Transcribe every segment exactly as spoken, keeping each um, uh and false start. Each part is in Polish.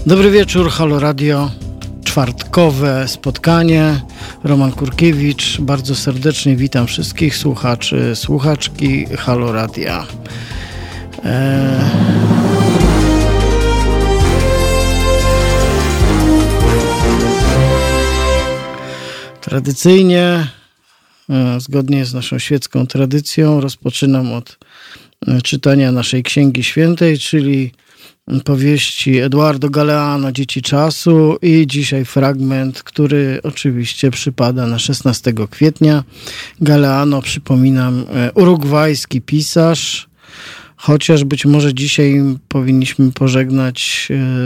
Dobry wieczór, Halo Radio, czwartkowe spotkanie. Roman Kurkiewicz, bardzo serdecznie witam wszystkich słuchaczy, słuchaczki Halo Radia. Eee... Tradycyjnie, zgodnie z naszą świecką tradycją, rozpoczynam od czytania naszej Księgi Świętej, czyli powieści Eduardo Galeano, Dzieci Czasu, i dzisiaj fragment, który oczywiście przypada na szesnastego kwietnia. Galeano, przypominam, urugwajski pisarz, chociaż być może dzisiaj powinniśmy pożegnać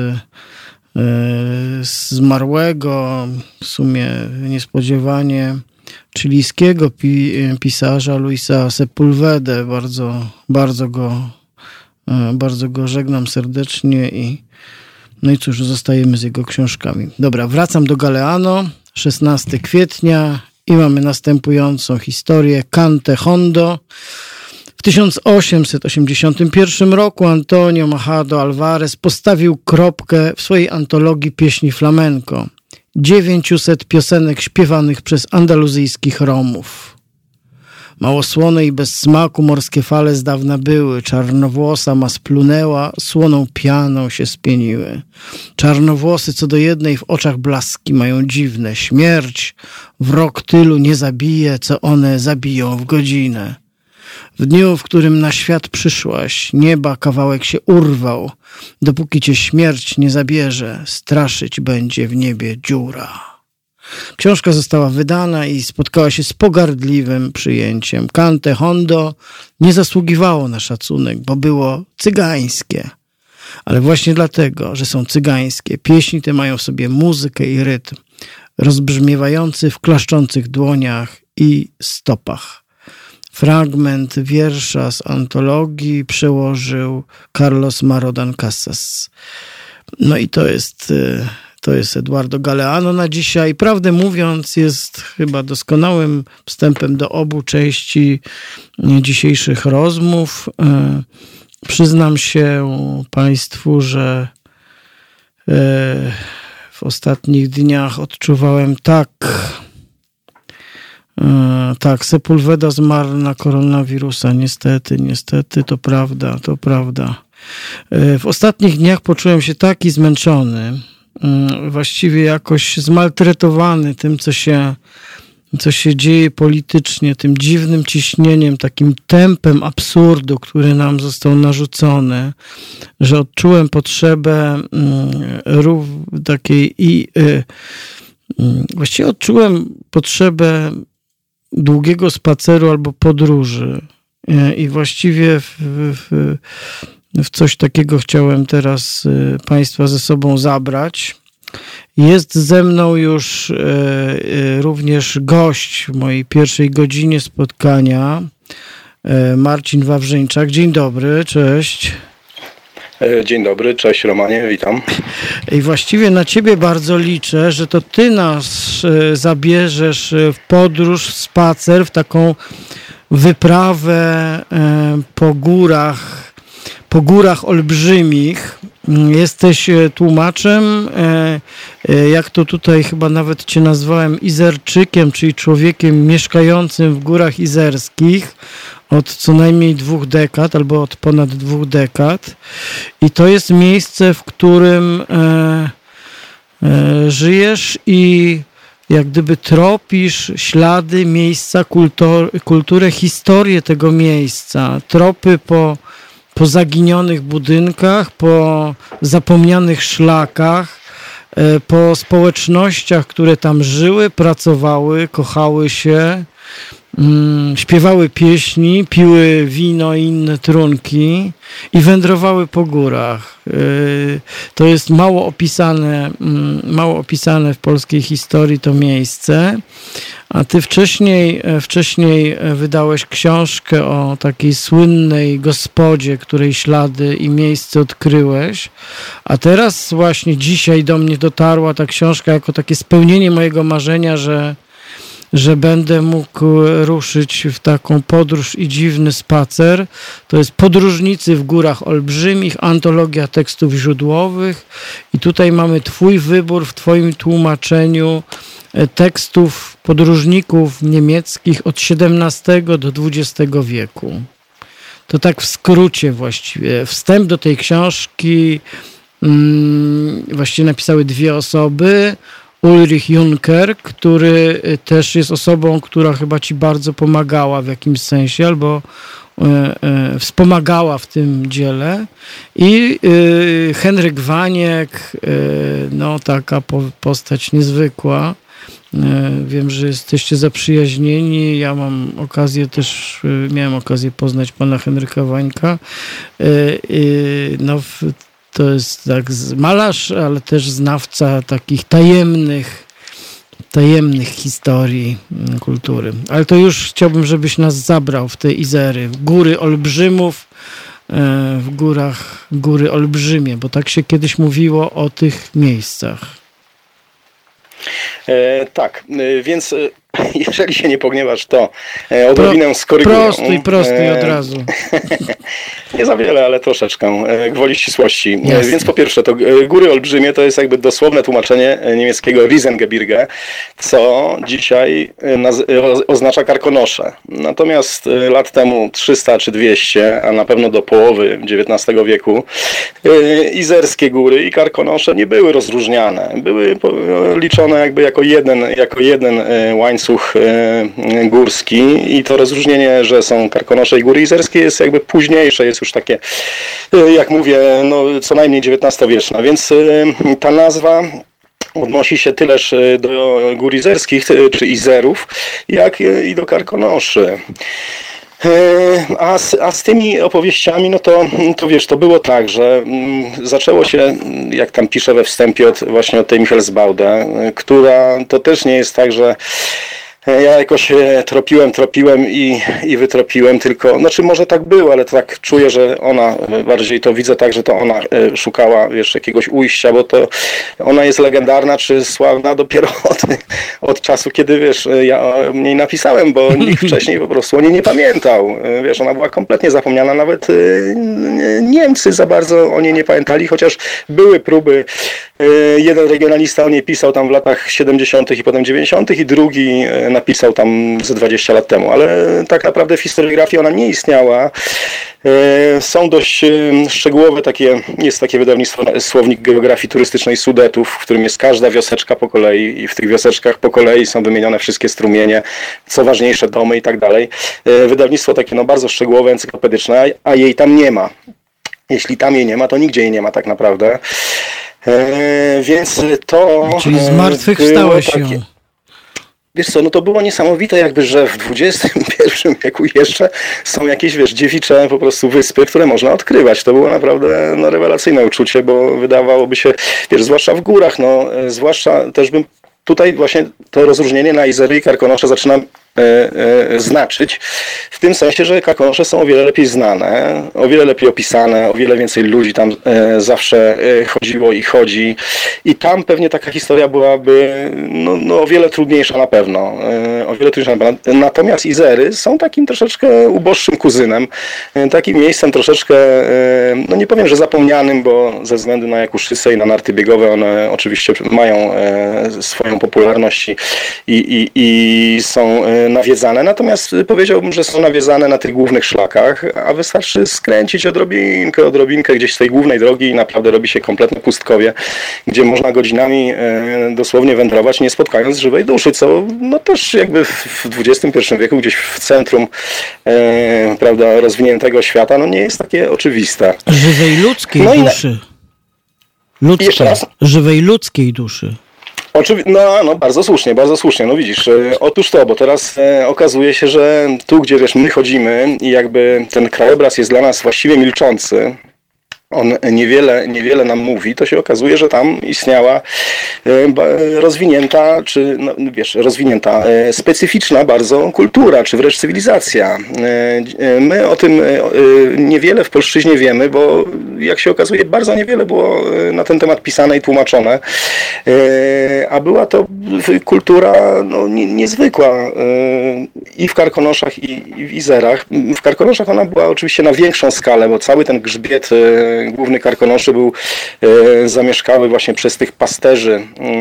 zmarłego w sumie niespodziewanie chilijskiego pisarza Luisa Sepulvedę. Bardzo, bardzo go bardzo go żegnam serdecznie i no i cóż, zostajemy z jego książkami. Dobra, wracam do Galeano, szesnastego kwietnia, i mamy następującą historię. Cante Hondo. W tysiąc osiemset osiemdziesiątym pierwszym roku Antonio Machado Alvarez postawił kropkę w swojej antologii pieśni flamenco. dziewięćset piosenek śpiewanych przez andaluzyjskich Romów. Małosłone i bez smaku morskie fale z dawna były. Czarnowłosa ma splunęła, słoną pianą się spieniły. Czarnowłosy co do jednej w oczach blaski mają dziwne. Śmierć wrog tylu nie zabije, co one zabiją w godzinę. W dniu, w którym na świat przyszłaś, nieba kawałek się urwał. Dopóki cię śmierć nie zabierze, straszyć będzie w niebie dziura. Książka została wydana i spotkała się z pogardliwym przyjęciem. Cante Hondo nie zasługiwało na szacunek, bo było cygańskie. Ale właśnie dlatego, że są cygańskie, pieśni te mają w sobie muzykę i rytm, rozbrzmiewający w klaszczących dłoniach i stopach. Fragment wiersza z antologii przełożył Carlos Marodan Casas. No i to jest... To jest Eduardo Galeano na dzisiaj. Prawdę mówiąc, jest chyba doskonałym wstępem do obu części dzisiejszych rozmów. Przyznam się Państwu, że w ostatnich dniach odczuwałem tak... Tak, Sepulveda zmarł na koronawirusa. Niestety, niestety, to prawda, to prawda. W ostatnich dniach poczułem się taki zmęczony, właściwie jakoś zmaltretowany tym, co się, co się dzieje politycznie, tym dziwnym ciśnieniem, takim tempem absurdu, który nam został narzucony, że odczułem potrzebę rów takiej i właściwie odczułem potrzebę długiego spaceru albo podróży i właściwie w, w W coś takiego chciałem teraz Państwa ze sobą zabrać. Jest ze mną już również gość w mojej pierwszej godzinie spotkania, Marcin Wawrzyńczak. Dzień dobry, cześć. Dzień dobry, cześć Romanie, witam. I właściwie na Ciebie bardzo liczę, że to Ty nas zabierzesz w podróż, w spacer, w taką wyprawę po górach, po górach olbrzymich. Jesteś tłumaczem, jak to tutaj chyba nawet Cię nazwałem, Izerczykiem, czyli człowiekiem mieszkającym w górach izerskich od co najmniej dwóch dekad, albo od ponad dwóch dekad. I to jest miejsce, w którym żyjesz i jak gdyby tropisz ślady miejsca, kultur, kulturę, historię tego miejsca, tropy po po zaginionych budynkach, po zapomnianych szlakach, po społecznościach, które tam żyły, pracowały, kochały się, śpiewały pieśni, piły wino i inne trunki i wędrowały po górach. To jest mało opisane, mało opisane w polskiej historii to miejsce. A ty wcześniej, wcześniej wydałeś książkę o takiej słynnej gospodzie, której ślady i miejsce odkryłeś. A teraz właśnie dzisiaj do mnie dotarła ta książka jako takie spełnienie mojego marzenia, że że będę mógł ruszyć w taką podróż i dziwny spacer. To jest Podróżnicy w Górach Olbrzymich, antologia tekstów źródłowych i tutaj mamy twój wybór w twoim tłumaczeniu tekstów podróżników niemieckich od siedemnastego do dwudziestego wieku. To tak w skrócie właściwie. Wstęp do tej książki hmm, właściwie napisały dwie osoby. Ulrich Juncker, który też jest osobą, która chyba ci bardzo pomagała w jakimś sensie, albo e, e, wspomagała w tym dziele. I e, Henryk Waniek, e, no taka po, postać niezwykła. E, wiem, że jesteście zaprzyjaźnieni. Ja mam okazję też, e, miałem okazję poznać pana Henryka Wańka. E, e, no w, To jest tak malarz, ale też znawca takich tajemnych, tajemnych historii kultury. Ale to już chciałbym, żebyś nas zabrał w te Izery, w góry Olbrzymów, w górach, góry Olbrzymie, bo tak się kiedyś mówiło o tych miejscach. E, tak, e, więc e, jeżeli się nie pogniewasz, to e, odrobinę skoryguję. Prostuj, prostuj od razu. Nie za wiele, ale troszeczkę, e, gwoli ścisłości. E, więc po pierwsze, to e, góry Olbrzymie to jest jakby dosłowne tłumaczenie niemieckiego Riesengebirge, co dzisiaj e, naz- e, oznacza Karkonosze. Natomiast e, lat temu trzysta czy dwieście, a na pewno do połowy dziewiętnastego wieku, e, izerskie góry i Karkonosze nie były rozróżniane. Były po, e, liczone jakby jako jeden, jako jeden e, łańcuch e, górski i to rozróżnienie, że są Karkonosze i góry izerskie jest jakby późniejsze, jest już takie, e, jak mówię, no co najmniej dziewiętnastowieczne, więc e, ta nazwa odnosi się tyleż do gór izerskich, czy Izerów, jak i do Karkonoszy. A z, a z tymi opowieściami, no to, to wiesz, to było tak, że zaczęło się, jak tam piszę we wstępie, od, właśnie od tej Michelsbaude, która to też nie jest tak, że ja jakoś tropiłem, tropiłem i, i wytropiłem, tylko, znaczy może tak było, ale tak czuję, że ona, bardziej to widzę tak, że to ona szukała, wiesz, jakiegoś ujścia, bo to ona jest legendarna czy sławna dopiero od, od czasu, kiedy, wiesz, ja o niej napisałem, bo nikt wcześniej po prostu o niej nie pamiętał, wiesz, ona była kompletnie zapomniana, nawet Niemcy za bardzo o niej nie pamiętali, chociaż były próby, jeden regionalista o niej pisał tam w latach siedemdziesiątych i potem dziewięćdziesiątych i drugi napisał tam ze dwadzieścia lat temu, ale tak naprawdę w historiografii ona nie istniała. Są dość szczegółowe takie, jest takie wydawnictwo Słownik Geografii Turystycznej Sudetów, w którym jest każda wioseczka po kolei i w tych wioseczkach po kolei są wymienione wszystkie strumienie, co ważniejsze domy i tak dalej. Wydawnictwo takie no bardzo szczegółowe, encyklopedyczne, a jej tam nie ma. Jeśli tam jej nie ma, to nigdzie jej nie ma tak naprawdę. Więc to... Czyli zmartwychwstałeś ją. Takie... Wiesz co, no to było niesamowite jakby, że w dwudziestym pierwszym wieku jeszcze są jakieś, wiesz, dziewicze po prostu wyspy, które można odkrywać. To było naprawdę no, rewelacyjne uczucie, bo wydawałoby się, wiesz, zwłaszcza w górach, no, zwłaszcza też bym tutaj właśnie to rozróżnienie na Izery i Karkonosze zaczynam e, e, znaczyć, w tym sensie, że Karkonosze są o wiele lepiej znane, o wiele lepiej opisane, o wiele więcej ludzi tam e, zawsze e, chodziło i chodzi i tam pewnie taka historia byłaby no, no, o wiele trudniejsza na pewno, e, o wiele trudniejsza na pewno. Natomiast Izery są takim troszeczkę uboższym kuzynem, e, takim miejscem troszeczkę, e, no nie powiem, że zapomnianym, bo ze względu na Jakuszysę i na narty biegowe one oczywiście mają e, swoją popularność i, i, i są nawiedzane, natomiast powiedziałbym, że są nawiedzane na tych głównych szlakach, a wystarczy skręcić odrobinkę, odrobinkę gdzieś z tej głównej drogi i naprawdę robi się kompletne pustkowie, gdzie można godzinami dosłownie wędrować, nie spotkając żywej duszy, co no też jakby w dwudziestym pierwszym wieku gdzieś w centrum e, prawda, rozwiniętego świata, no nie jest takie oczywiste. Żywej ludzkiej no duszy. Ludzkiej, żywej ludzkiej duszy. Oczywiście, no, no bardzo słusznie, bardzo słusznie, no widzisz, e, otóż to, bo teraz e, okazuje się, że tu, gdzie wiesz, my chodzimy i jakby ten krajobraz jest dla nas właściwie milczący, on niewiele, niewiele nam mówi, to się okazuje, że tam istniała rozwinięta, czy no, wiesz, rozwinięta, specyficzna bardzo kultura, czy wręcz cywilizacja. My o tym niewiele w polszczyźnie wiemy, bo jak się okazuje, bardzo niewiele było na ten temat pisane i tłumaczone. A była to kultura no, niezwykła i w Karkonoszach, i, i w Izerach. W Karkonoszach ona była oczywiście na większą skalę, bo cały ten grzbiet główny Karkonoszy był zamieszkały właśnie przez tych pasterzy,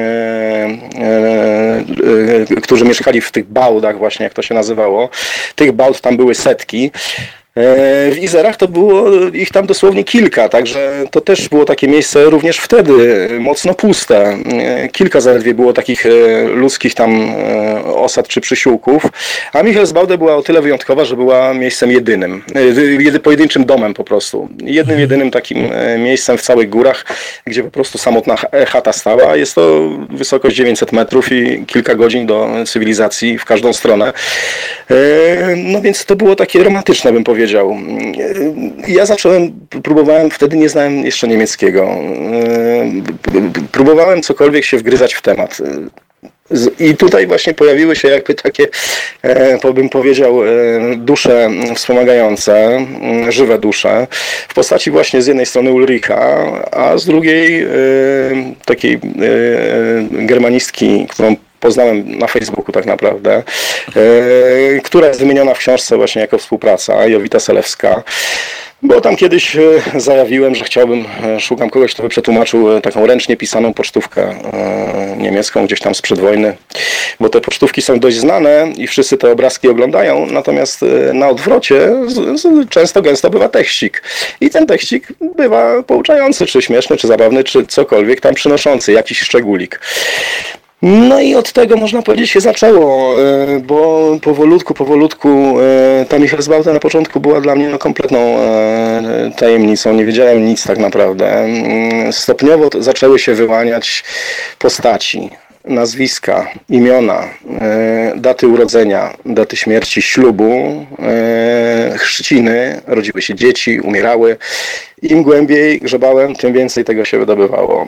którzy mieszkali w tych bałdach właśnie, jak to się nazywało. Tych bałd tam były setki. W Izerach to było ich tam dosłownie kilka, także to też było takie miejsce również wtedy mocno puste. Kilka zaledwie było takich ludzkich tam osad czy przysiłków, a Michelsbaude była o tyle wyjątkowa, że była miejscem jedynym, pojedynczym domem po prostu. Jednym, jedynym takim miejscem w całych górach, gdzie po prostu samotna chata stała. Jest to wysokość dziewięćset metrów i kilka godzin do cywilizacji w każdą stronę. No więc to było takie romantyczne, bym powiedział. Ja zacząłem, próbowałem, wtedy nie znałem jeszcze niemieckiego. Próbowałem cokolwiek się wgryzać w temat. I tutaj właśnie pojawiły się jakby takie, bym powiedział, dusze wspomagające, żywe dusze, w postaci właśnie z jednej strony Ulricha, a z drugiej takiej germanistki, którą poznałem na Facebooku tak naprawdę, e, która jest wymieniona w książce właśnie jako współpraca, Jowita Selewska. Bo tam kiedyś zajawiłem, że chciałbym, szukam kogoś, kto by przetłumaczył taką ręcznie pisaną pocztówkę niemiecką gdzieś tam sprzed wojny. Bo te pocztówki są dość znane i wszyscy te obrazki oglądają, natomiast na odwrocie często gęsto bywa tekstik. I ten tekstik bywa pouczający, czy śmieszny, czy zabawny, czy cokolwiek tam przynoszący, jakiś szczególik. No i od tego można powiedzieć się zaczęło, bo powolutku, powolutku ta Michelsbaude na początku była dla mnie no kompletną tajemnicą, nie wiedziałem nic tak naprawdę. Stopniowo zaczęły się wyłaniać postaci, nazwiska, imiona, daty urodzenia, daty śmierci, ślubu, chrzciny, rodziły się dzieci, umierały. Im głębiej grzebałem, tym więcej tego się wydobywało.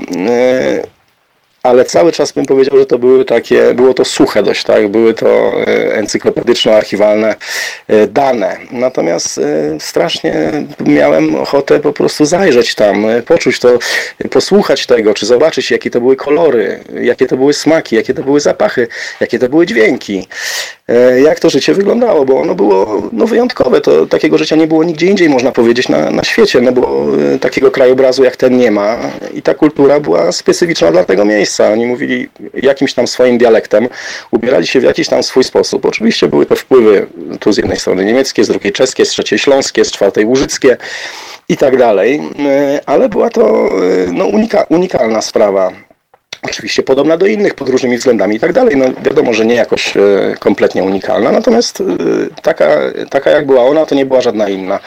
Ale cały czas bym powiedział, że to były takie, było to suche dość, tak? Były to encyklopedyczno-archiwalne dane. Natomiast strasznie miałem ochotę po prostu zajrzeć tam, poczuć to, posłuchać tego, czy zobaczyć, jakie to były kolory, jakie to były smaki, jakie to były zapachy, jakie to były dźwięki. Jak to życie wyglądało, bo ono było no, wyjątkowe. To takiego życia nie było nigdzie indziej, można powiedzieć, na, na świecie, no bo takiego krajobrazu jak ten nie ma i ta kultura była specyficzna dla tego miejsca. Oni mówili jakimś tam swoim dialektem, ubierali się w jakiś tam swój sposób. Oczywiście były to wpływy tu z jednej strony niemieckie, z drugiej czeskie, z trzeciej śląskie, z czwartej łużyckie i tak dalej, ale była to no, unika, unikalna sprawa. Oczywiście podobna do innych pod różnymi względami i tak dalej. No wiadomo, że nie jakoś kompletnie unikalna, natomiast taka, taka jak była ona, to nie była żadna inna.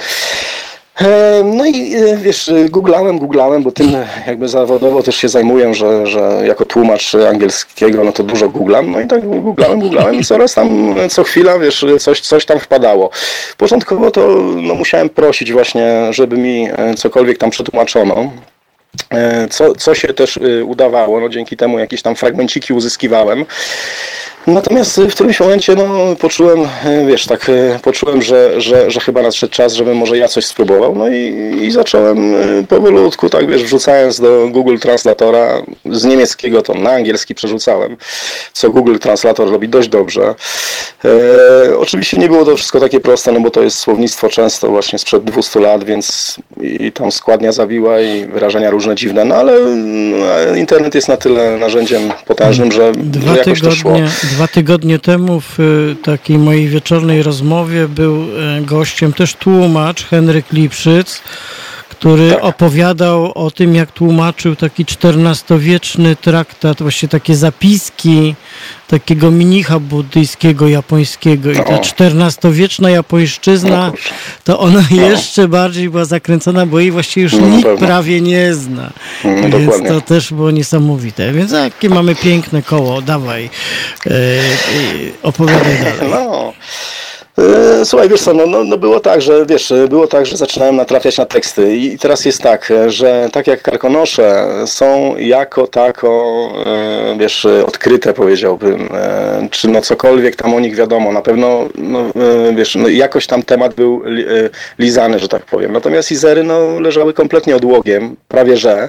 No i wiesz, googlałem, googlałem, bo tym jakby zawodowo też się zajmuję, że, że jako tłumacz angielskiego, no to dużo googlam. No i tak googlałem, googlałem i coraz tam, co chwila, wiesz, coś, coś tam wpadało. Początkowo to no, musiałem prosić właśnie, żeby mi cokolwiek tam przetłumaczono. Co, co się też udawało, no dzięki temu jakieś tam fragmenciki uzyskiwałem. Natomiast w którymś momencie no, poczułem, wiesz, tak, poczułem, że, że, że chyba nadszedł czas, żebym może ja coś spróbował. No i, i zacząłem powolutku, tak wiesz, wrzucając do Google Translatora z niemieckiego to na angielski przerzucałem, co Google Translator robi dość dobrze. E, oczywiście nie było to wszystko takie proste, no bo to jest słownictwo często właśnie sprzed dwustu lat, więc i tam składnia zawiła i wyrażenia różne dziwne, no ale no, internet jest na tyle narzędziem potężnym, że, Dwa że jakoś to szło. Dwa tygodnie temu w takiej mojej wieczornej rozmowie był gościem też tłumacz Henryk Lipszyc, który tak. opowiadał o tym, jak tłumaczył taki czternastowieczny traktat, właśnie takie zapiski takiego mnicha buddyjskiego, japońskiego. I ta czternastowieczna japońszczyzna, to ona no. jeszcze bardziej była zakręcona, bo jej właściwie już no, nikt pewno. prawie nie zna. No, Więc dokładnie. to też było niesamowite. Więc jakie mamy piękne koło, dawaj, e, e, opowiadaj dalej. No. Słuchaj, wiesz co, no, no, no było tak, że wiesz, było tak, że zaczynałem natrafiać na teksty i teraz jest tak, że tak jak Karkonosze są jako tako, wiesz, odkryte, powiedziałbym, czy no cokolwiek tam o nich wiadomo, na pewno, no, wiesz, no jakoś tam temat był lizany, że tak powiem. Natomiast Izery, no, leżały kompletnie odłogiem, prawie że.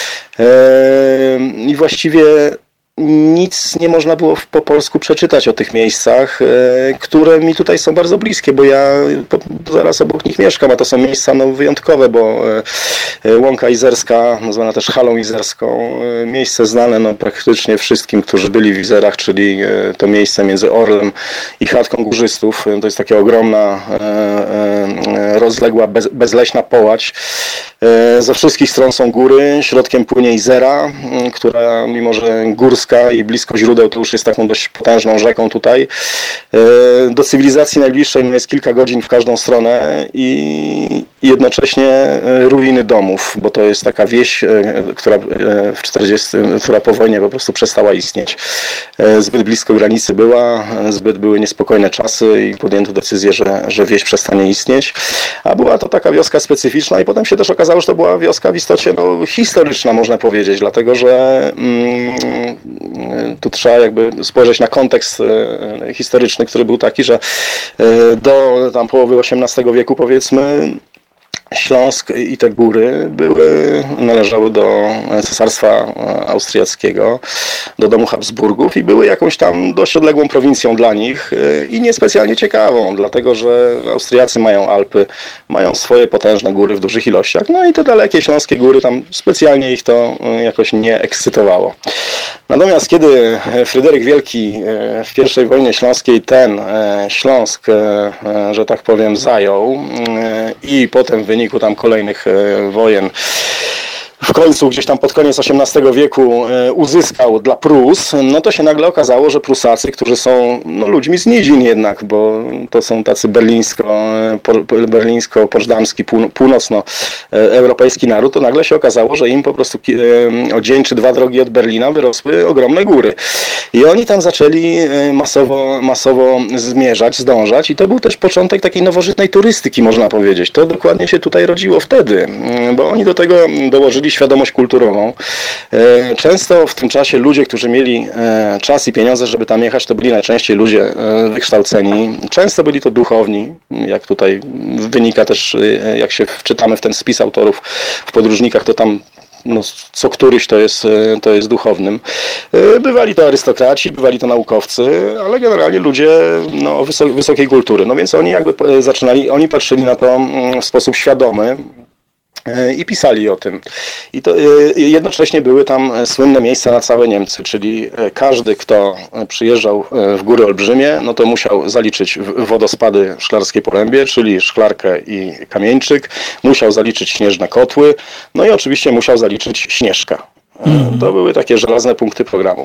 I właściwie nic nie można było po polsku przeczytać o tych miejscach, które mi tutaj są bardzo bliskie, bo ja zaraz obok nich mieszkam, a to są miejsca no, wyjątkowe, bo Łąka Izerska, nazwana też Halą Izerską, miejsce znane no, praktycznie wszystkim, którzy byli w Izerach, czyli to miejsce między Orlem i Chatką Górzystów. To jest taka ogromna, rozległa, bez, bezleśna połać. Ze wszystkich stron są góry, środkiem płynie Izera, która mimo, że górska i blisko źródeł, to już jest taką dość potężną rzeką tutaj. Do cywilizacji najbliższej jest kilka godzin w każdą stronę i jednocześnie ruiny domów, bo to jest taka wieś, która w czterdziestym, która po wojnie po prostu przestała istnieć. Zbyt blisko granicy była, zbyt były niespokojne czasy i podjęto decyzję, że, że wieś przestanie istnieć. A była to taka wioska specyficzna i potem się też okazało, że to była wioska w istocie no, historyczna, można powiedzieć, dlatego że mm, tu trzeba jakby spojrzeć na kontekst historyczny, który był taki, że do tam połowy osiemnastego wieku powiedzmy Śląsk i te góry były, należały do Cesarstwa Austriackiego, do domu Habsburgów i były jakąś tam dość odległą prowincją dla nich i niespecjalnie ciekawą, dlatego że Austriacy mają Alpy, mają swoje potężne góry w dużych ilościach, no i te dalekie śląskie góry, tam specjalnie ich to jakoś nie ekscytowało. Natomiast kiedy Fryderyk Wielki w pierwszej wojnie śląskiej ten Śląsk, że tak powiem, zajął i potem w wyniku tam kolejnych wojen w końcu gdzieś tam pod koniec osiemnastego wieku uzyskał dla Prus, no to się nagle okazało, że Prusacy, którzy są no, ludźmi z nizin jednak, bo to są tacy berlińsko, berlińsko-poczdamski, północnoeuropejski naród, to nagle się okazało, że im po prostu o dzień czy dwa drogi od Berlina wyrosły ogromne góry. I oni tam zaczęli masowo, masowo zmierzać, zdążać i to był też początek takiej nowożytnej turystyki, można powiedzieć. To dokładnie się tutaj rodziło wtedy, bo oni do tego dołożyli świadomość kulturową. Często w tym czasie ludzie, którzy mieli czas i pieniądze, żeby tam jechać, to byli najczęściej ludzie wykształceni. Często byli to duchowni, jak tutaj wynika też, jak się wczytamy w ten spis autorów w podróżnikach, to tam no, co któryś to jest, to jest duchownym. Bywali to arystokraci, bywali to naukowcy, ale generalnie ludzie no, wysokiej kultury. No więc oni jakby zaczynali, oni patrzyli na to w sposób świadomy i pisali o tym. I to jednocześnie były tam słynne miejsca na całe Niemcy, czyli każdy, kto przyjeżdżał w Góry Olbrzymie, no to musiał zaliczyć wodospady Szklarskie Porębie, czyli Szklarkę i Kamieńczyk, musiał zaliczyć Śnieżne Kotły, no i oczywiście musiał zaliczyć Śnieżka. To były takie żelazne punkty programu.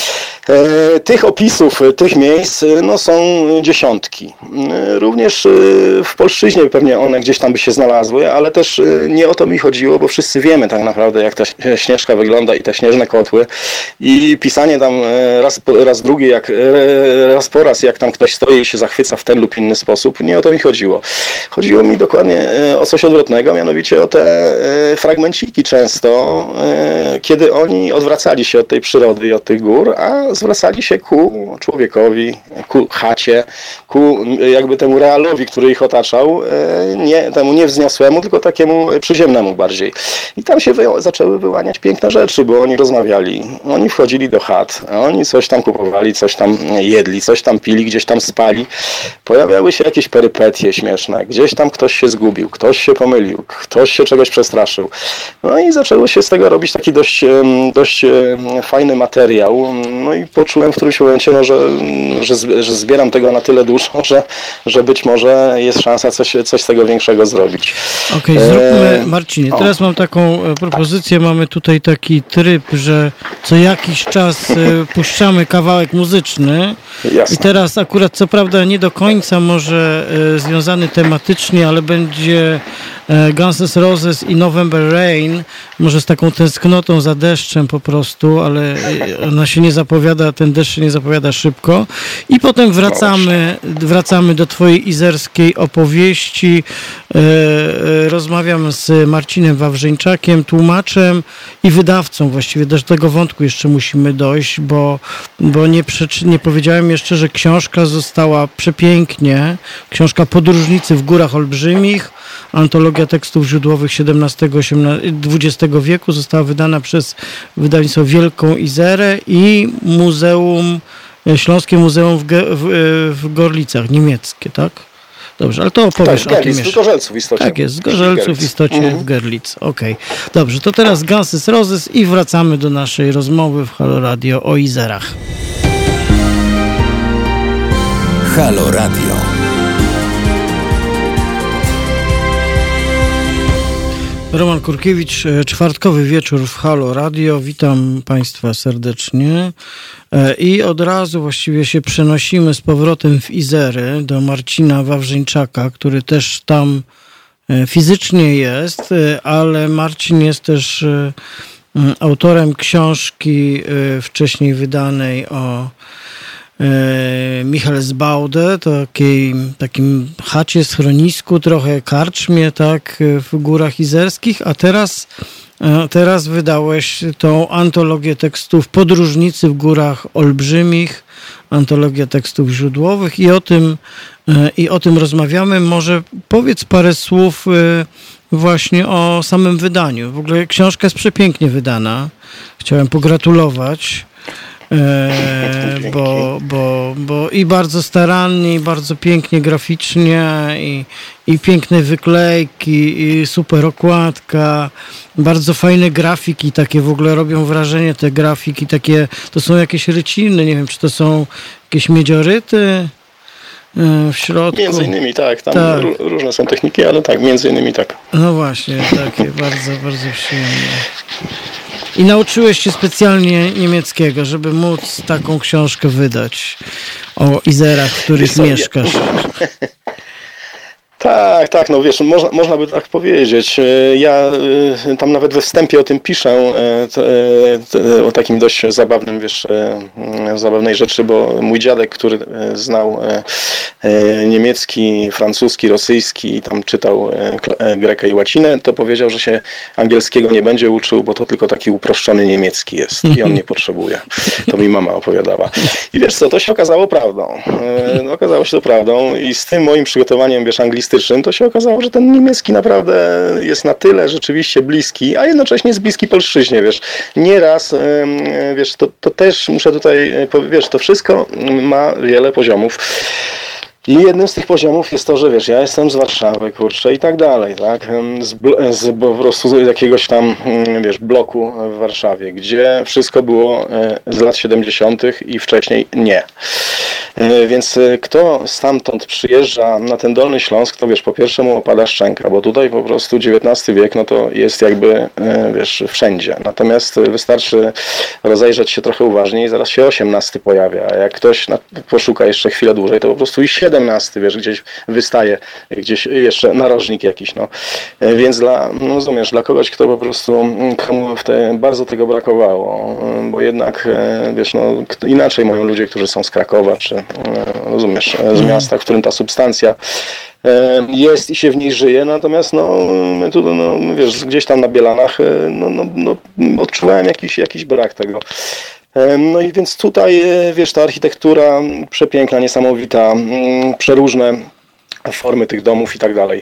Tych opisów, tych miejsc no, są dziesiątki. Również w polszczyźnie pewnie one gdzieś tam by się znalazły, ale też nie o to mi chodziło, bo wszyscy wiemy tak naprawdę, jak ta Śnieżka wygląda i te Śnieżne Kotły. I pisanie tam raz, raz drugi, jak, raz po raz, jak tam ktoś stoi i się zachwyca w ten lub inny sposób, nie o to mi chodziło. Chodziło mi dokładnie o coś odwrotnego, mianowicie o te fragmenciki często, kiedy oni odwracali się od tej przyrody i od tych gór, a zwracali się ku człowiekowi, ku chacie, ku jakby temu realowi, który ich otaczał, nie temu niewzniosłemu, tylko takiemu przyziemnemu bardziej. I tam się wy, zaczęły wyłaniać piękne rzeczy, bo oni rozmawiali, oni wchodzili do chat, oni coś tam kupowali, coś tam jedli, coś tam pili, gdzieś tam spali. Pojawiały się jakieś perypetie śmieszne, gdzieś tam ktoś się zgubił, ktoś się pomylił, ktoś się czegoś przestraszył. No i zaczęło się z tego robić taki dość, dość fajny materiał. No i poczułem w którymś momencie, no, że, że, że zbieram tego na tyle dużo, że, że być może jest szansa coś, coś z tego większego zrobić. Okej, okay, zróbmy, Marcinie, teraz mam taką propozycję, mamy tutaj taki tryb, że co jakiś czas puszczamy kawałek muzyczny. Jasne. I teraz akurat co prawda nie do końca może związany tematycznie, ale będzie Guns N' Roses i November Rain, może z taką tęsknotą za deszczem po prostu, ale ona się nie zapowiada, ten deszcz się nie zapowiada szybko. I potem wracamy, wracamy do twojej izerskiej opowieści. Rozmawiam z Marcinem Wawrzyńczakiem, tłumaczem i wydawcą. Właściwie do tego wątku jeszcze musimy dojść, bo, bo nie, nie powiedziałem jeszcze, że książka została przepięknie, książka Podróżnicy w Górach Olbrzymich, antologia tekstów źródłowych siedemnastego dwudziestego wieku, została wydana przez wydawnictwo Wielką Izerę i Muzeum, Śląskie Muzeum w, w, w Gorlicach, niemieckie, tak? Dobrze, ale to opowiesz tak, o Gerlitz, tym z Gorzelców w istocie. Tak jest, z Gorzelców w istocie mhm. w Gerlitz. Okej. Okay. Dobrze, to teraz Guns N' Roses i wracamy do naszej rozmowy w Halo Radio o Izerach. Halo Radio. Roman Kurkiewicz, czwartkowy wieczór w Halo Radio. Witam Państwa serdecznie i od razu właściwie się przenosimy z powrotem w Izery do Marcina Wawrzyńczaka, który też tam fizycznie jest, ale Marcin jest też autorem książki wcześniej wydanej o Michelsbaude, takiej, takim chacie, schronisku, trochę karczmie, tak, w Górach Izerskich, a teraz, teraz wydałeś tą antologię tekstów Podróżnicy w Górach Olbrzymich, antologię tekstów źródłowych i o tym, i o tym rozmawiamy. Może powiedz parę słów właśnie o samym wydaniu. W ogóle książka jest przepięknie wydana. Chciałem pogratulować. E, bo, bo, bo i bardzo starannie, i bardzo pięknie graficznie, i, i piękne wyklejki, i super okładka, bardzo fajne grafiki, takie w ogóle robią wrażenie te grafiki, takie, to są jakieś ryciny, nie wiem, czy to są jakieś miedzioryty w środku. Między innymi tak, tam tak. różne są techniki, ale tak, między innymi tak. No właśnie, takie bardzo, bardzo przyjemne. I nauczyłeś się specjalnie niemieckiego, żeby móc taką książkę wydać o Izerach, w których co, mieszkasz. Ja... Tak, tak, no wiesz, można, można by tak powiedzieć. Ja tam nawet we wstępie o tym piszę, o takim dość zabawnym, wiesz, zabawnej rzeczy, bo mój dziadek, który znał niemiecki, francuski, rosyjski i tam czytał grekę i łacinę, to powiedział, że się angielskiego nie będzie uczył, bo to tylko taki uproszczony niemiecki jest i on nie potrzebuje. To mi mama opowiadała. I wiesz co, to się okazało prawdą. No, okazało się to prawdą i z tym moim przygotowaniem, wiesz, anglistycznym, to się okazało, że ten niemiecki naprawdę jest na tyle rzeczywiście bliski, a jednocześnie jest bliski polszczyźnie, wiesz. Nieraz, wiesz, to, to też muszę tutaj, wiesz, to wszystko ma wiele poziomów. I jednym z tych poziomów jest to, że wiesz, ja jestem z Warszawy, kurczę, i tak dalej, tak, z, z po prostu z jakiegoś tam, wiesz, bloku w Warszawie, gdzie wszystko było z lat siedemdziesiątych i wcześniej nie. Więc kto stamtąd przyjeżdża na ten Dolny Śląsk, to wiesz, po pierwsze mu opada szczęka, bo tutaj po prostu dziewiętnasty wiek, no to jest jakby, wiesz, wszędzie. Natomiast wystarczy rozejrzeć się trochę uważniej i zaraz się osiemnasty pojawia, a jak ktoś poszuka jeszcze chwilę dłużej, to po prostu i siedemnasty, wiesz, gdzieś wystaje, gdzieś jeszcze narożnik jakiś, no. Więc dla, no rozumiesz, dla kogoś, kto po prostu, komu w te, bardzo tego brakowało, bo jednak, wiesz, no inaczej mają ludzie, którzy są z Krakowa, czy rozumiesz, z miasta, w którym ta substancja jest i się w niej żyje, natomiast no, my tu, no, wiesz, gdzieś tam na Bielanach no, no, no, odczuwałem jakiś, jakiś brak tego. No i więc tutaj, wiesz, ta architektura przepiękna, niesamowita, przeróżne formy tych domów i tak dalej.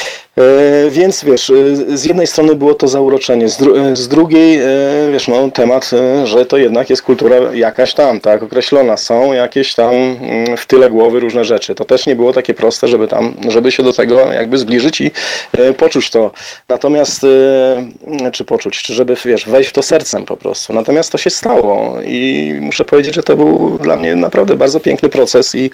Więc wiesz, z jednej strony było to zauroczenie, z, dru- z drugiej, wiesz, no temat, że to jednak jest kultura jakaś tam, tak, określona, są jakieś tam w tyle głowy różne rzeczy. To też nie było takie proste, żeby tam, żeby się do tego jakby zbliżyć i poczuć to. Natomiast, czy poczuć, czy żeby, wiesz, wejść w to sercem po prostu. Natomiast to się stało i muszę powiedzieć, że to był dla mnie naprawdę bardzo piękny proces i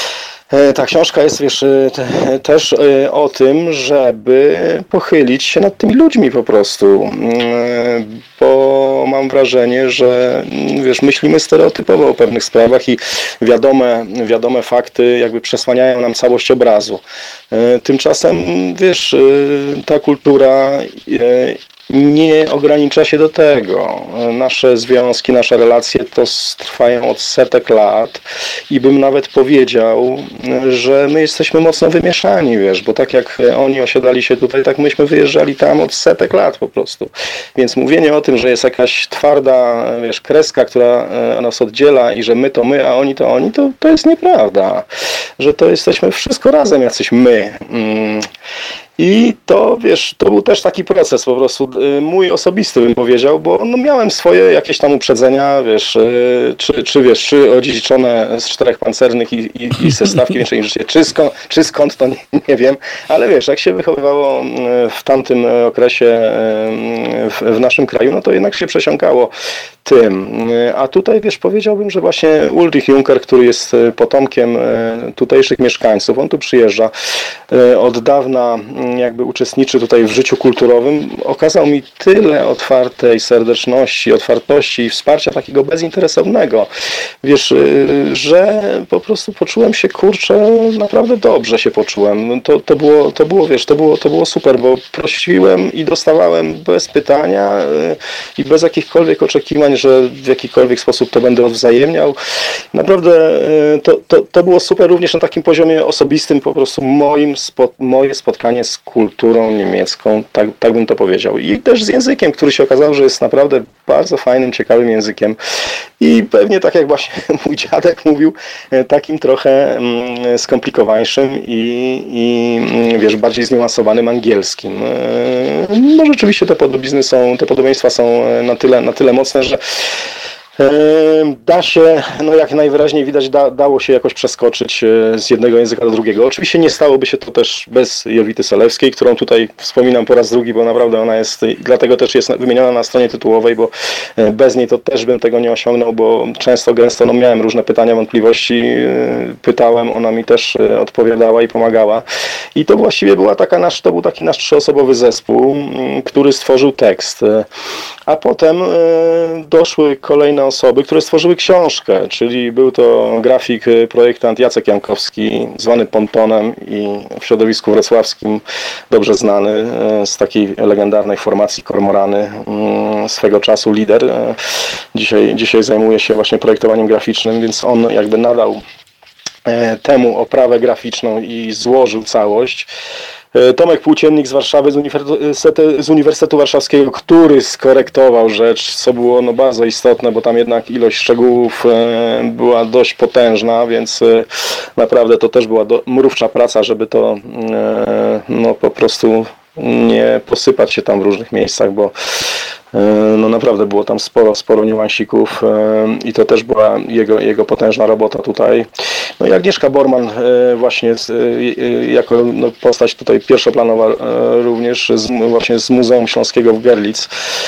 ta książka jest, wiesz, te, też o tym, żeby pochylić się nad tymi ludźmi po prostu, bo bo mam wrażenie, że wiesz, myślimy stereotypowo o pewnych sprawach i wiadome, wiadome fakty jakby przesłaniają nam całość obrazu. Tymczasem, wiesz, ta kultura nie ogranicza się do tego. Nasze związki, nasze relacje to trwają od setek lat i bym nawet powiedział, że my jesteśmy mocno wymieszani, wiesz, bo tak jak oni osiedlali się tutaj, tak myśmy wyjeżdżali tam od setek lat po prostu. Więc mówienie o tym, że jest jakaś twarda, wiesz, kreska, która nas oddziela i że my to my, a oni to oni, to, to jest nieprawda. Że to jesteśmy wszystko razem jacyś my. Mm. I to, wiesz, to był też taki proces po prostu mój osobisty, bym powiedział, bo no, miałem swoje jakieś tam uprzedzenia, wiesz, czy, czy wiesz, czy odziedziczone z czterech pancernych i, i, i ze stawki większej niż życie, czy skąd, czy skąd to nie, nie wiem, ale wiesz, jak się wychowywało w tamtym okresie w, w naszym kraju, no to jednak się przesiąkało tym. A tutaj, wiesz, powiedziałbym, że właśnie Ulrich Juncker, który jest potomkiem tutejszych mieszkańców, on tu przyjeżdża od dawna, jakby uczestniczy tutaj w życiu kulturowym, okazał mi tyle otwartej serdeczności, otwartości i wsparcia takiego bezinteresownego, wiesz, że po prostu poczułem się, kurczę, naprawdę dobrze się poczułem. To, to było, to było, wiesz, to było, to było super, bo prosiłem i dostawałem bez pytania i bez jakichkolwiek oczekiwań, że w jakikolwiek sposób to będę odwzajemniał. Naprawdę to, to, to było super również na takim poziomie osobistym, po prostu moim, spo, moje spotkanie z kulturą niemiecką, tak, tak bym to powiedział. I też z językiem, który się okazał, że jest naprawdę bardzo fajnym, ciekawym językiem. I pewnie tak jak właśnie mój dziadek mówił, takim trochę skomplikowańszym i, i wiesz, bardziej zniuansowanym angielskim. No rzeczywiście te podobizny są, te podobieństwa są na tyle, na tyle mocne, że da się, no jak najwyraźniej widać, da, dało się jakoś przeskoczyć z jednego języka do drugiego. Oczywiście nie stałoby się to też bez Jowity Selewskiej, którą tutaj wspominam po raz drugi, bo naprawdę ona jest, dlatego też jest wymieniona na stronie tytułowej, bo bez niej to też bym tego nie osiągnął, bo często, gęsto no, miałem różne pytania, wątpliwości, pytałem, ona mi też odpowiadała i pomagała. I to właściwie była taka nasz, to był taki nasz trzyosobowy zespół, który stworzył tekst. A potem doszły kolejne osoby, które stworzyły książkę, czyli był to grafik, projektant Jacek Jankowski, zwany Pontonem i w środowisku wrocławskim dobrze znany z takiej legendarnej formacji Kormorany, swego czasu lider. Dzisiaj, dzisiaj zajmuje się właśnie projektowaniem graficznym, więc on jakby nadał temu oprawę graficzną i złożył całość. Tomek Płóciennik z Warszawy, z Uniwersytetu, z Uniwersytetu Warszawskiego, który skorektował rzecz, co było no bardzo istotne, bo tam jednak ilość szczegółów była dość potężna, więc naprawdę to też była do, mrówcza praca, żeby to no po prostu nie posypać się tam w różnych miejscach, bo no naprawdę było tam sporo, sporo niuansików i to też była jego, jego potężna robota tutaj. No i Agnieszka Borman właśnie jako no, postać tutaj pierwszoplanowa również z, właśnie z Muzeum Śląskiego w Görlitz,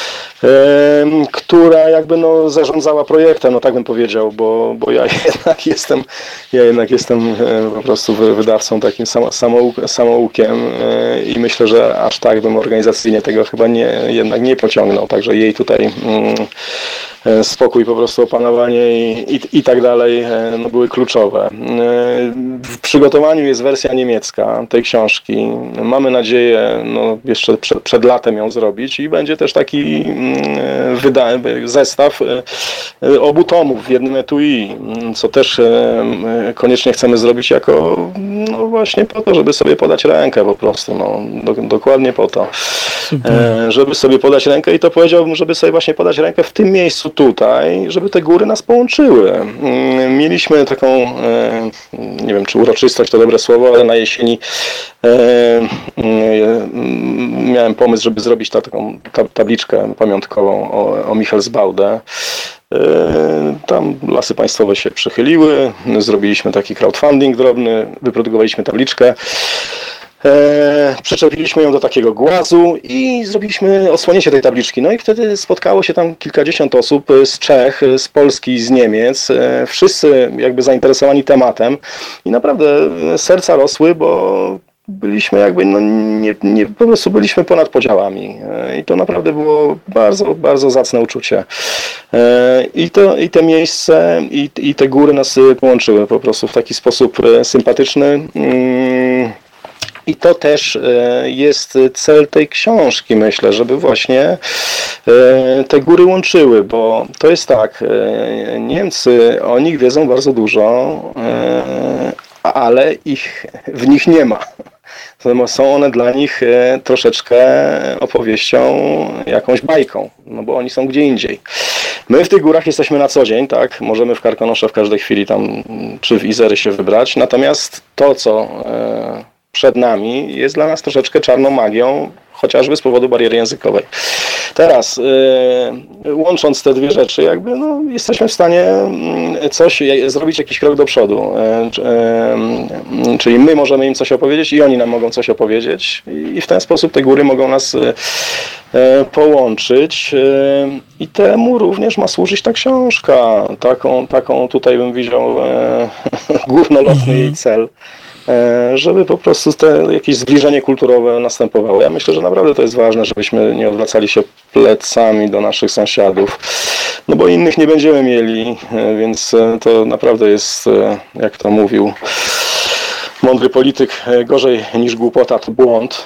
która jakby no zarządzała projektem, no tak bym powiedział, bo, bo ja jednak jestem ja jednak jestem po prostu wydawcą takim samoukiem i myślę, że aż tak bym organizacyjnie tego chyba nie, jednak nie pociągnął, także jej tutaj spokój, po prostu opanowanie i, i, i tak dalej no, były kluczowe. W przygotowaniu jest wersja niemiecka tej książki. Mamy nadzieję no, jeszcze przed, przed latem ją zrobić i będzie też taki wyda- zestaw obu tomów w jednym etui, co też koniecznie chcemy zrobić jako no właśnie po to, żeby sobie podać rękę po prostu, no, do, dokładnie po to. Super. Żeby sobie podać rękę i to powiedziałbym, żeby sobie właśnie podać rękę w tym miejscu tutaj, żeby te góry nas połączyły. Mieliśmy taką, nie wiem czy uroczystość to dobre słowo, ale na jesieni miałem pomysł, żeby zrobić ta, taką tabliczkę pamiątkową o, o Michelsbaudę. Tam Lasy Państwowe się przychyliły, zrobiliśmy taki crowdfunding drobny, wyprodukowaliśmy tabliczkę. E, przyczepiliśmy ją do takiego głazu i zrobiliśmy odsłonięcie tej tabliczki. No i wtedy spotkało się tam kilkadziesiąt osób z Czech, z Polski, z Niemiec. E, wszyscy jakby zainteresowani tematem i naprawdę serca rosły, bo byliśmy jakby, no nie, nie, po prostu byliśmy ponad podziałami i to naprawdę było bardzo, bardzo zacne uczucie. I, to, i te miejsce, i, i te góry nas połączyły po prostu w taki sposób sympatyczny. I to też jest cel tej książki, myślę, żeby właśnie te góry łączyły, bo to jest tak, Niemcy o nich wiedzą bardzo dużo, ale ich w nich nie ma. Są one dla nich troszeczkę opowieścią, jakąś bajką, no bo oni są gdzie indziej. My w tych górach jesteśmy na co dzień, tak? Możemy w Karkonosze w każdej chwili tam czy w Izery się wybrać, natomiast to, co przed nami, jest dla nas troszeczkę czarną magią, chociażby z powodu bariery językowej. Teraz, yy, łącząc te dwie rzeczy, jakby no, jesteśmy w stanie coś, zrobić jakiś krok do przodu. Yy, yy, czyli my możemy im coś opowiedzieć i oni nam mogą coś opowiedzieć i w ten sposób te góry mogą nas yy, połączyć. Yy, I temu również ma służyć ta książka. Taką, taką tutaj bym widział yy, górnolotny jej cel. Żeby po prostu te jakieś zbliżenie kulturowe następowało. Ja myślę, że naprawdę to jest ważne, żebyśmy nie odwracali się plecami do naszych sąsiadów, no bo innych nie będziemy mieli, więc to naprawdę jest, jak to mówił mądry polityk, gorzej niż głupota to błąd.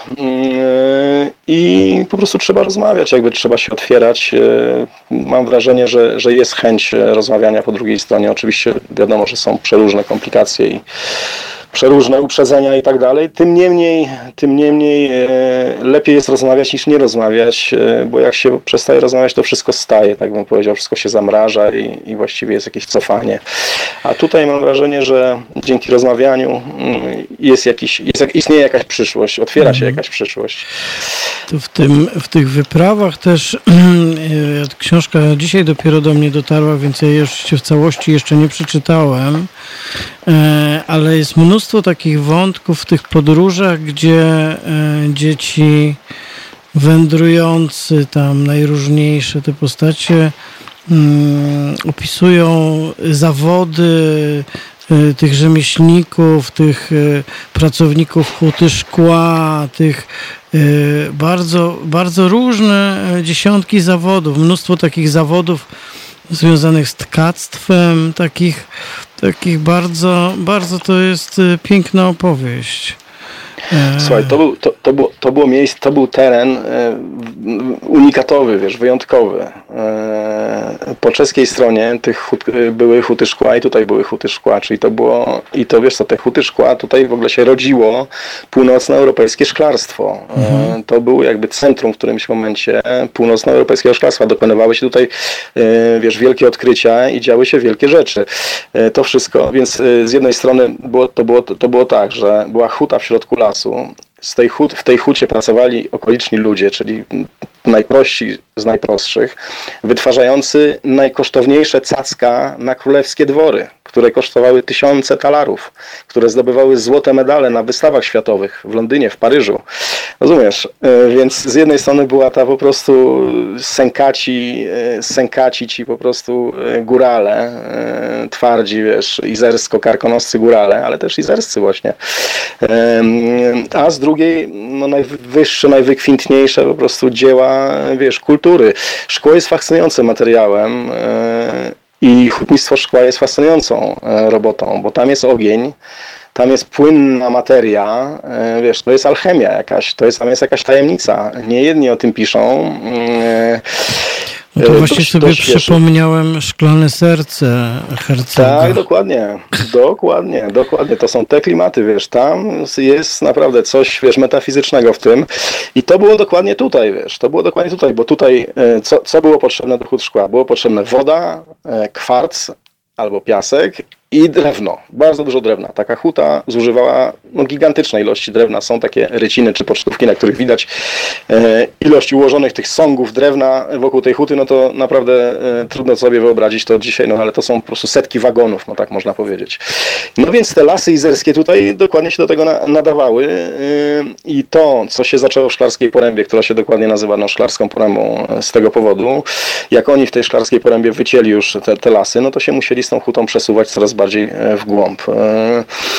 I po prostu trzeba rozmawiać, jakby trzeba się otwierać. Mam wrażenie, że, że jest chęć rozmawiania po drugiej stronie. Oczywiście wiadomo, że są przeróżne komplikacje i przeróżne uprzedzenia i tak dalej. Tym niemniej, tym niemniej e, lepiej jest rozmawiać niż nie rozmawiać, e, bo jak się przestaje rozmawiać, to wszystko staje, tak bym powiedział, wszystko się zamraża i, i właściwie jest jakieś cofanie. A tutaj mam wrażenie, że dzięki rozmawianiu jest jakiś, jest, istnieje jakaś przyszłość, otwiera się jakaś przyszłość. To w, tym, w tych wyprawach też książka dzisiaj dopiero do mnie dotarła, więc ja jeszcze w całości jeszcze nie przeczytałem, ale jest mnóstwo takich wątków w tych podróżach, gdzie dzieci wędrujący tam, najróżniejsze te postacie opisują zawody tych rzemieślników, tych pracowników huty szkła, tych bardzo, bardzo różne dziesiątki zawodów, mnóstwo takich zawodów związanych z tkactwem, takich, takich bardzo, bardzo to jest piękna opowieść. Słuchaj, to był, to, to, było, to było miejsce, to był teren unikatowy, wiesz, wyjątkowy. Po czeskiej stronie tych hut, były huty szkła i tutaj były huty szkła, czyli to było, i to wiesz co, te huty szkła, tutaj w ogóle się rodziło północnoeuropejskie szklarstwo. Mhm. To było jakby centrum w którymś momencie północnoeuropejskiego szklarstwa. Dokonywały się tutaj, wiesz, wielkie odkrycia i działy się wielkie rzeczy. To wszystko, więc z jednej strony było, to, było, to było tak, że była huta w środku lasu. Z tej hut, w tej hucie pracowali okoliczni ludzie, czyli najprości z najprostszych, wytwarzający najkosztowniejsze cacka na królewskie dwory, które kosztowały tysiące talarów, które zdobywały złote medale na wystawach światowych w Londynie, w Paryżu. Rozumiesz? Więc z jednej strony była ta po prostu sękaci, sękaci ci po prostu górale, twardzi, wiesz, izersko-karkonoscy górale, ale też izerscy właśnie. A z drugiej, no najwyższe, najwykwintniejsze po prostu dzieła, wiesz, kultury. Szkło jest fascynującym materiałem i hutnictwo szkła jest fascynującą robotą, bo tam jest ogień, tam jest płynna materia, wiesz, to jest alchemia jakaś, to jest, tam jest jakaś tajemnica. Nie jedni o tym piszą. No to właśnie to, sobie to przypomniałem Szklane serce Herzoga. Tak, dokładnie, dokładnie, dokładnie. To są te klimaty, wiesz, tam jest naprawdę coś, wiesz, metafizycznego w tym i to było dokładnie tutaj, wiesz, to było dokładnie tutaj, bo tutaj co, co było potrzebne do hut szkła? Było potrzebne woda, kwarc albo piasek i drewno, bardzo dużo drewna. Taka huta zużywała no, gigantyczne ilości drewna. Są takie ryciny czy pocztówki, na których widać e, ilość ułożonych tych sągów drewna wokół tej huty, no to naprawdę e, trudno sobie wyobrazić to dzisiaj, no ale to są po prostu setki wagonów, no tak można powiedzieć. No więc te lasy izerskie tutaj dokładnie się do tego na, nadawały e, i to, co się zaczęło w Szklarskiej Porębie, która się dokładnie nazywa no, Szklarską Porębą z tego powodu, jak oni w tej Szklarskiej Porębie wycięli już te, te lasy, no to się musieli z tą hutą przesuwać coraz bardziej w głąb.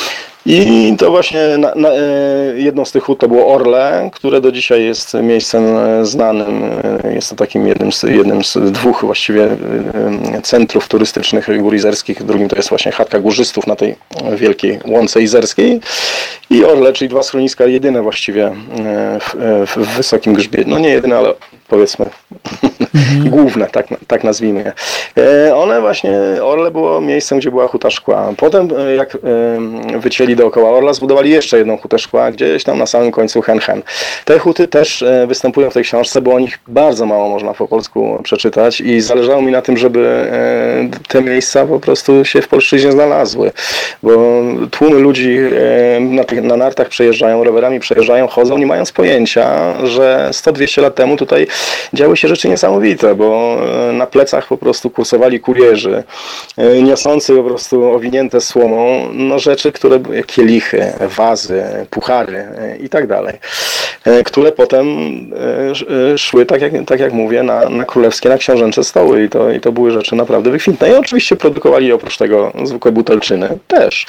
I to właśnie na, na, jedną z tych hut to było Orle, które do dzisiaj jest miejscem znanym. Jest to takim jednym z, jednym z dwóch właściwie centrów turystycznych gór izerskich. Drugim to jest właśnie chatka górzystów na tej wielkiej łące izerskiej. I Orle, czyli dwa schroniska jedyne właściwie w, w wysokim grzbiecie. No nie jedyne, ale powiedzmy mhm. główne, tak, tak nazwijmy je. One właśnie, Orle było miejscem, gdzie była huta szkła. Potem jak wycięli dookoła Orla, zbudowali jeszcze jedną hutę szkła, gdzieś tam na samym końcu Hen Hen. Te huty też występują w tej książce, bo o nich bardzo mało można po polsku przeczytać i zależało mi na tym, żeby te miejsca po prostu się w polszczyźnie znalazły, bo tłumy ludzi na, na nartach przejeżdżają, rowerami przejeżdżają, chodzą, nie mając pojęcia, że sto dwieście lat temu tutaj działy się rzeczy niesamowite, bo na plecach po prostu kursowali kurierzy, niosący po prostu owinięte słomą, no rzeczy, które były kielichy, wazy, puchary i tak dalej, które potem szły, tak jak, tak jak mówię, na, na królewskie, na książęcze stoły i to, i to były rzeczy naprawdę wykwintne. I oczywiście produkowali oprócz tego zwykłe butelczyny też.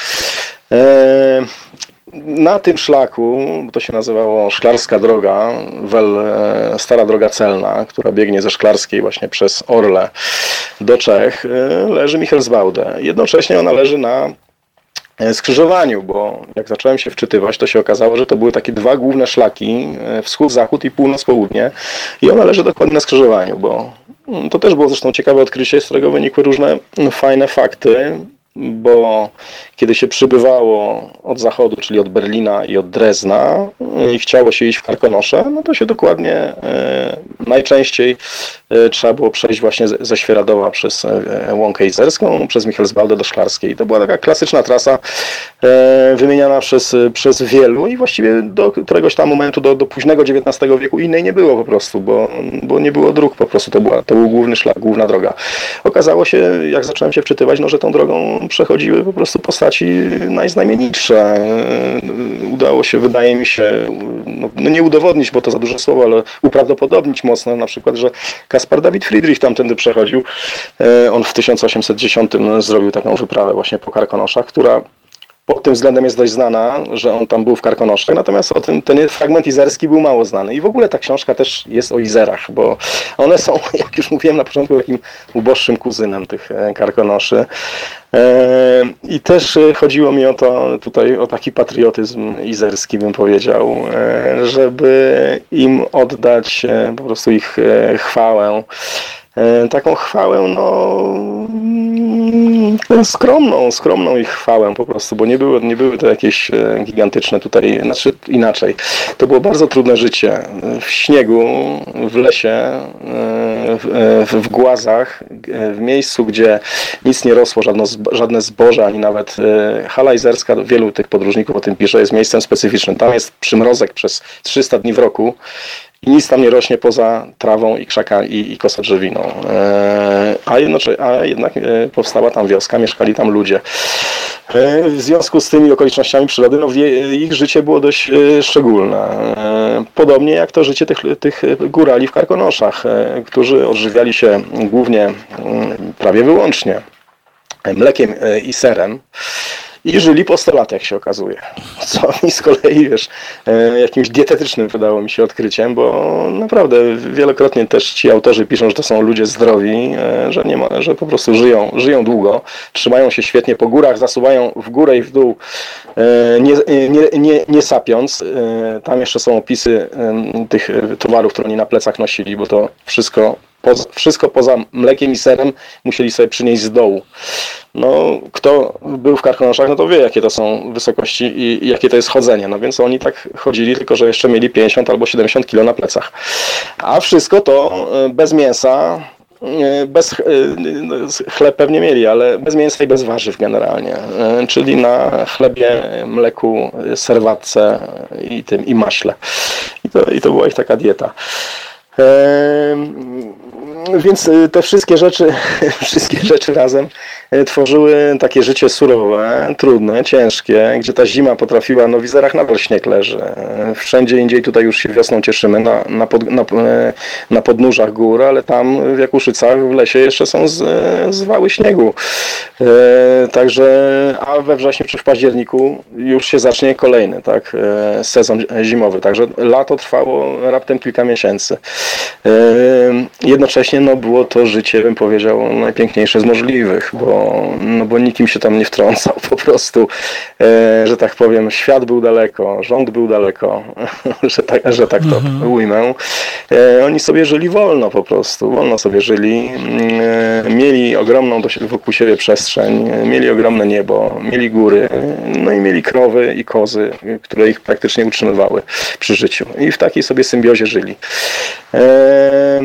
Na tym szlaku, to się nazywało Szklarska Droga, wel, Stara Droga Celna, która biegnie ze Szklarskiej właśnie przez Orle do Czech, leży Michelswalde. Jednocześnie ona leży na skrzyżowaniu, bo jak zacząłem się wczytywać, to się okazało, że to były takie dwa główne szlaki, wschód, zachód i północ, południe, i ona leży dokładnie na skrzyżowaniu, bo to też było zresztą ciekawe odkrycie, z którego wynikły różne fajne fakty, bo kiedy się przybywało od zachodu, czyli od Berlina i od Drezna i chciało się iść w Karkonosze, no to się dokładnie e, najczęściej e, trzeba było przejść właśnie ze Świeradowa przez e, Łąkę Izerską, przez Michelswalde do Szklarskiej. To była taka klasyczna trasa e, wymieniana przez, przez wielu i właściwie do któregoś tam momentu, do, do późnego dziewiętnastego wieku innej nie było po prostu, bo, bo nie było dróg po prostu, to, była, to był główny szlak, główna droga. Okazało się, jak zacząłem się wczytywać, no, że tą drogą przechodziły po prostu postaci najznamienitsze. Udało się, wydaje mi się, no nie udowodnić, bo to za duże słowo, ale uprawdopodobnić mocno, na przykład, że Caspar David Friedrich tamtędy przechodził. On w tysiąc osiemset dziesiątym zrobił taką wyprawę właśnie po Karkonoszach, która pod tym względem jest dość znana, że on tam był w Karkonoszach, natomiast o tym ten fragment izerski był mało znany. I w ogóle ta książka też jest o Izerach, bo one są, jak już mówiłem na początku, takim uboższym kuzynem tych Karkonoszy. I też chodziło mi o to, tutaj o taki patriotyzm izerski, bym powiedział, żeby im oddać po prostu ich chwałę. Taką chwałę, no skromną, skromną ich chwałę po prostu, bo nie były, nie były to jakieś gigantyczne tutaj, znaczy inaczej. To było bardzo trudne życie. W śniegu, w lesie, w, w głazach, w miejscu, gdzie nic nie rosło, żadne, żadne zboże, ani nawet hala izerska, wielu tych podróżników o tym pisze, jest miejscem specyficznym. Tam jest przymrozek przez trzysta dni w roku. I nic tam nie rośnie poza trawą i krzakami i, i kosodrzewiną. A, jednocze, a jednak powstała tam wioska, mieszkali tam ludzie. W związku z tymi okolicznościami przyrody, no, ich życie było dość szczególne. Podobnie jak to życie tych, tych górali w Karkonoszach, którzy odżywiali się głównie, prawie wyłącznie mlekiem i serem. I żyli po sto lat, jak się okazuje. Co mi z kolei, wiesz, jakimś dietetycznym wydało mi się odkryciem, bo naprawdę wielokrotnie też ci autorzy piszą, że to są ludzie zdrowi, że, nie ma, że po prostu żyją, żyją długo, trzymają się świetnie po górach, zasuwają w górę i w dół, nie, nie, nie, nie sapiąc. Tam jeszcze są opisy tych towarów, które oni na plecach nosili, bo to wszystko Poza, wszystko poza mlekiem i serem musieli sobie przynieść z dołu. No, kto był w Karkonoszach, no to wie, jakie to są wysokości i, i jakie to jest chodzenie. No więc oni tak chodzili, tylko że jeszcze mieli pięćdziesiąt albo siedemdziesiąt kilo na plecach. A wszystko to bez mięsa, bez chleb pewnie mieli, ale bez mięsa i bez warzyw generalnie. Czyli na chlebie, mleku, serwatce i tym, i maśle. I to, i to była ich taka dieta. Więc te wszystkie rzeczy, wszystkie rzeczy razem tworzyły takie życie surowe, trudne, ciężkie, gdzie ta zima potrafiła, no w Izerach nadal śnieg leży. Wszędzie indziej tutaj już się wiosną cieszymy na, na, pod, na, na podnóżach gór, ale tam w Jakuszycach w lesie jeszcze są z, zwały śniegu. Także, a we wrześniu czy w październiku już się zacznie kolejny, tak, sezon zimowy. Także lato trwało raptem kilka miesięcy. Jednocześnie no, było to życie, bym powiedział, najpiękniejsze z możliwych, bo, no, bo nikim się tam nie wtrącał po prostu, e, że tak powiem, świat był daleko, rząd był daleko, że tak, że tak to mhm. ujmę. E, oni sobie żyli wolno po prostu, wolno sobie żyli, e, mieli ogromną do, wokół siebie przestrzeń, e, mieli ogromne niebo, mieli góry, no i mieli krowy i kozy, które ich praktycznie utrzymywały przy życiu i w takiej sobie symbiozie żyli. E,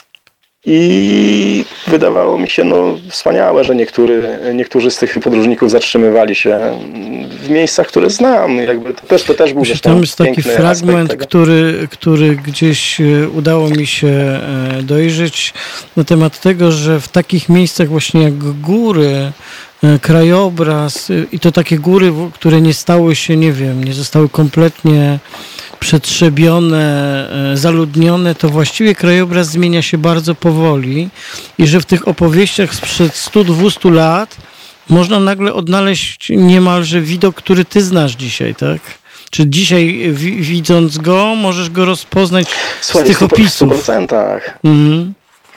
I wydawało mi się no, wspaniałe, że niektóry, niektórzy z tych podróżników zatrzymywali się w miejscach, które znam. Jakby to, też, to też był Tam, tam jest taki fragment, który, który gdzieś udało mi się dojrzeć na temat tego, że w takich miejscach właśnie jak góry, krajobraz i to takie góry, które nie stały się, nie wiem, nie zostały kompletnie przetrzebione, zaludnione, to właściwie krajobraz zmienia się bardzo powoli i że w tych opowieściach sprzed stu dwustu lat można nagle odnaleźć niemalże widok, który ty znasz dzisiaj, tak? Czy dzisiaj wi- widząc go, możesz go rozpoznać Słuchaj, z tych opisów? W stu procentach. Mhm.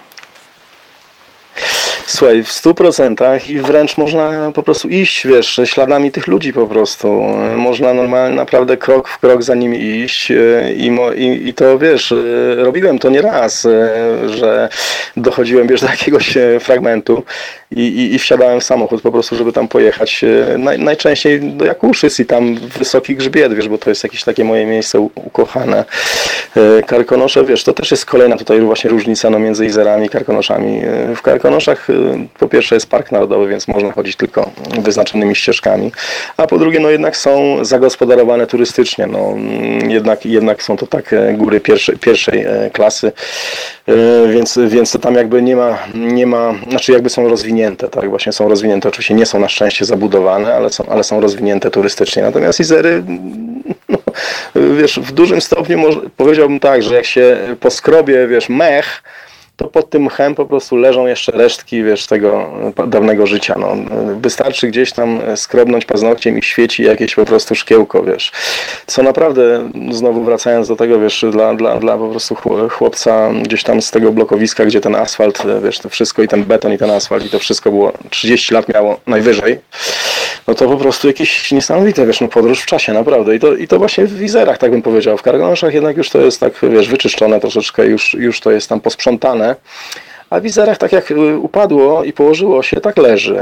Słuchaj, w stu procentach i wręcz można po prostu iść, wiesz, śladami tych ludzi po prostu. Można normalnie naprawdę krok w krok za nimi iść i, i, i to, wiesz, robiłem to nie raz, że dochodziłem, wiesz, do jakiegoś fragmentu i, i, i wsiadałem w samochód po prostu, żeby tam pojechać. Naj, najczęściej do Jakuszyc i tam Wysoki Grzbiet, wiesz, bo to jest jakieś takie moje miejsce ukochane. Karkonosze, wiesz, to też jest kolejna tutaj właśnie różnica no, między Izerami i Karkonoszami. W Karkonoszach po pierwsze jest park narodowy, więc można chodzić tylko wyznaczonymi ścieżkami, a po drugie no jednak są zagospodarowane turystycznie, no jednak, jednak są to takie góry pierwszej, pierwszej klasy, więc, więc tam jakby nie ma, nie ma, znaczy jakby są rozwinięte, tak, właśnie są rozwinięte, oczywiście nie są na szczęście zabudowane, ale są, ale są rozwinięte turystycznie, natomiast Izery, no, wiesz, w dużym stopniu może, powiedziałbym tak, że jak się poskrobie, wiesz, mech, to pod tym mchem po prostu leżą jeszcze resztki, wiesz, tego dawnego życia. No. Wystarczy gdzieś tam skrobnąć paznokciem i świeci jakieś po prostu szkiełko, wiesz. Co naprawdę, znowu wracając do tego, wiesz, dla, dla, dla po prostu chłopca gdzieś tam z tego blokowiska, gdzie ten asfalt, wiesz, to wszystko i ten beton i ten asfalt i to wszystko było, trzydzieści lat miało najwyżej, no to po prostu jakieś niesamowite, wiesz, no podróż w czasie, naprawdę. I to, i to właśnie w Izerach, tak bym powiedział. W Karkonoszach jednak już to jest tak, wiesz, wyczyszczone troszeczkę, już, już to jest tam posprzątane. A w Izerach tak jak upadło i położyło się, tak leży.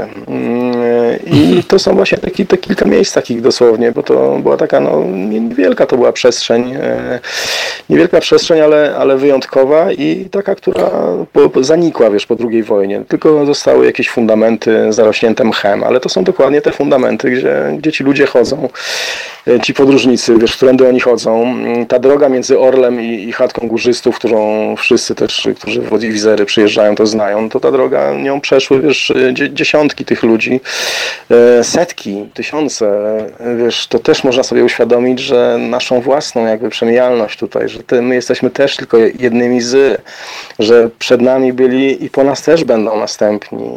I to są właśnie te, te kilka miejsc takich dosłownie, bo to była taka no, niewielka to była przestrzeń, niewielka przestrzeń, ale, ale wyjątkowa i taka, która po, zanikła, wiesz, po drugiej wojnie. Tylko zostały jakieś fundamenty zarośnięte mchem, ale to są dokładnie te fundamenty, gdzie, gdzie ci ludzie chodzą, ci podróżnicy, wiesz, którędy oni chodzą. Ta droga między Orlem i, i chatką górzystów, którą wszyscy też, którzy w Izery przyjeżdżają, to znają, to ta droga, nią przeszły, wiesz, dziesiątki tych ludzi, setki, tysiące, wiesz, to też można sobie uświadomić, że naszą własną jakby przemijalność tutaj, że my jesteśmy też tylko jednymi z, że przed nami byli i po nas też będą następni.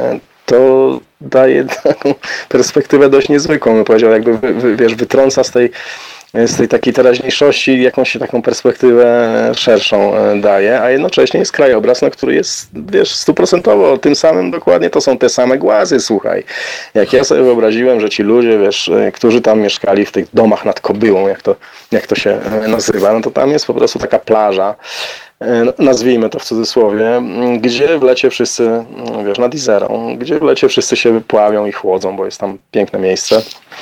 To daje taką perspektywę dość niezwykłą, bym powiedział, jakby, wiesz, wytrąca z tej z tej takiej teraźniejszości jakąś taką perspektywę szerszą daje, a jednocześnie jest krajobraz, no, który jest, wiesz, stuprocentowo tym samym dokładnie, to są te same głazy, słuchaj. Jak ja sobie wyobraziłem, że ci ludzie, wiesz, którzy tam mieszkali w tych domach nad Kobyłą, jak to, jak to się nazywa, no to tam jest po prostu taka plaża, nazwijmy to w cudzysłowie, gdzie w lecie wszyscy, wiesz, nad Izerą, gdzie w lecie wszyscy się pławią i chłodzą, bo jest tam piękne miejsce.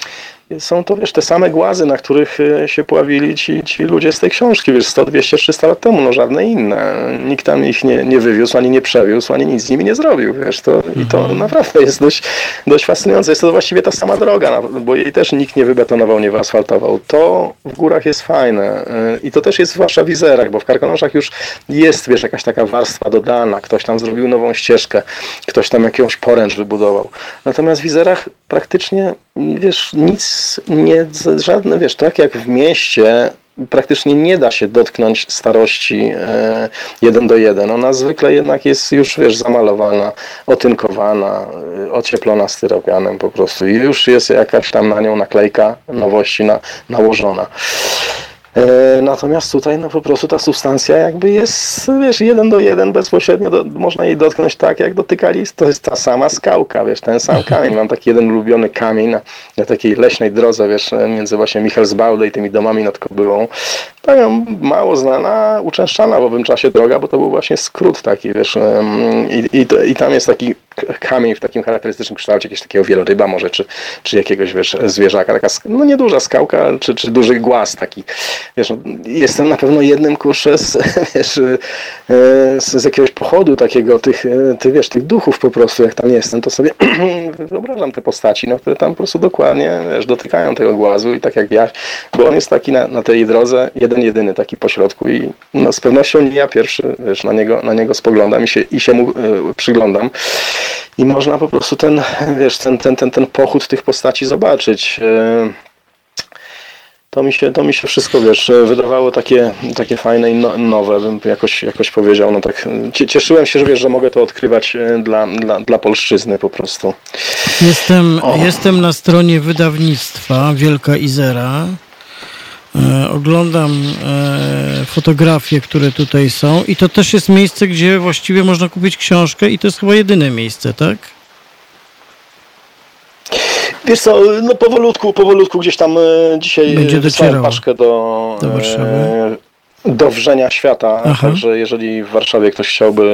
są to, wiesz, te same głazy, na których się pławili ci, ci ludzie z tej książki, wiesz, sto, dwieście, trzysta lat temu, no żadne inne. Nikt tam ich nie, nie wywiózł, ani nie przewiózł, ani nic z nimi nie zrobił, wiesz, to, i to naprawdę jest dość, dość fascynujące. Jest to właściwie ta sama droga, bo jej też nikt nie wybetonował, nie wyasfaltował. To w górach jest fajne i to też jest zwłaszcza w Izerach, bo w Karkonoszach już jest, wiesz, jakaś taka warstwa dodana, ktoś tam zrobił nową ścieżkę, ktoś tam jakąś poręcz wybudował. Natomiast w Izerach praktycznie, wiesz, nic nie, żadne, wiesz, tak jak w mieście praktycznie nie da się dotknąć starości e, jeden do jeden. Ona zwykle jednak jest już, wiesz, zamalowana, otynkowana, ocieplona styropianem po prostu i już jest jakaś tam na nią naklejka nowości na, nałożona. Natomiast tutaj no po prostu ta substancja jakby jest, wiesz, jeden do jeden bezpośrednio do, można jej dotknąć tak, jak dotykali, to jest ta sama skałka, wiesz, ten sam kamień. Mam taki jeden ulubiony kamień na, na takiej leśnej drodze, wiesz, między właśnie Michelsbaude i tymi domami nad Kobyłą. Taka mało znana, uczęszczana w owym czasie droga, bo to był właśnie skrót taki, wiesz, i, i, i tam jest taki kamień w takim charakterystycznym kształcie, jakiegoś takiego wieloryba może, czy, czy jakiegoś, wiesz, zwierzaka, taka, no nieduża skałka, czy, czy duży głaz taki, wiesz, no, jestem na pewno jednym, kurczę, z, wiesz, z, z jakiegoś pochodu takiego, tych, ty, wiesz, tych duchów po prostu, jak tam jestem, to sobie wyobrażam te postaci, no, które tam po prostu dokładnie, wiesz, dotykają tego głazu i tak jak ja, bo on jest taki na, na tej drodze, jeden, jedyny taki po środku i no, z pewnością nie ja pierwszy, wiesz, na niego, na niego spoglądam i się, i się mu y, przyglądam. I można po prostu ten, wiesz, ten, ten, ten, ten pochód tych postaci zobaczyć. To mi się, to mi się wszystko, wiesz, wydawało takie, takie fajne i no, nowe, bym jakoś, jakoś powiedział. No tak, cieszyłem się, że wiesz, że mogę to odkrywać dla, dla, dla polszczyzny po prostu. Jestem, jestem na stronie wydawnictwa Wielka Izera. E, oglądam e, fotografie, które tutaj są i to też jest miejsce, gdzie właściwie można kupić książkę i to jest chyba jedyne miejsce, tak? Wiesz co, no powolutku, powolutku gdzieś tam e, dzisiaj będzie wysłałem paczkę do, do Warszawy. E, do Wrzenia Świata, Aha. Także jeżeli w Warszawie ktoś chciałby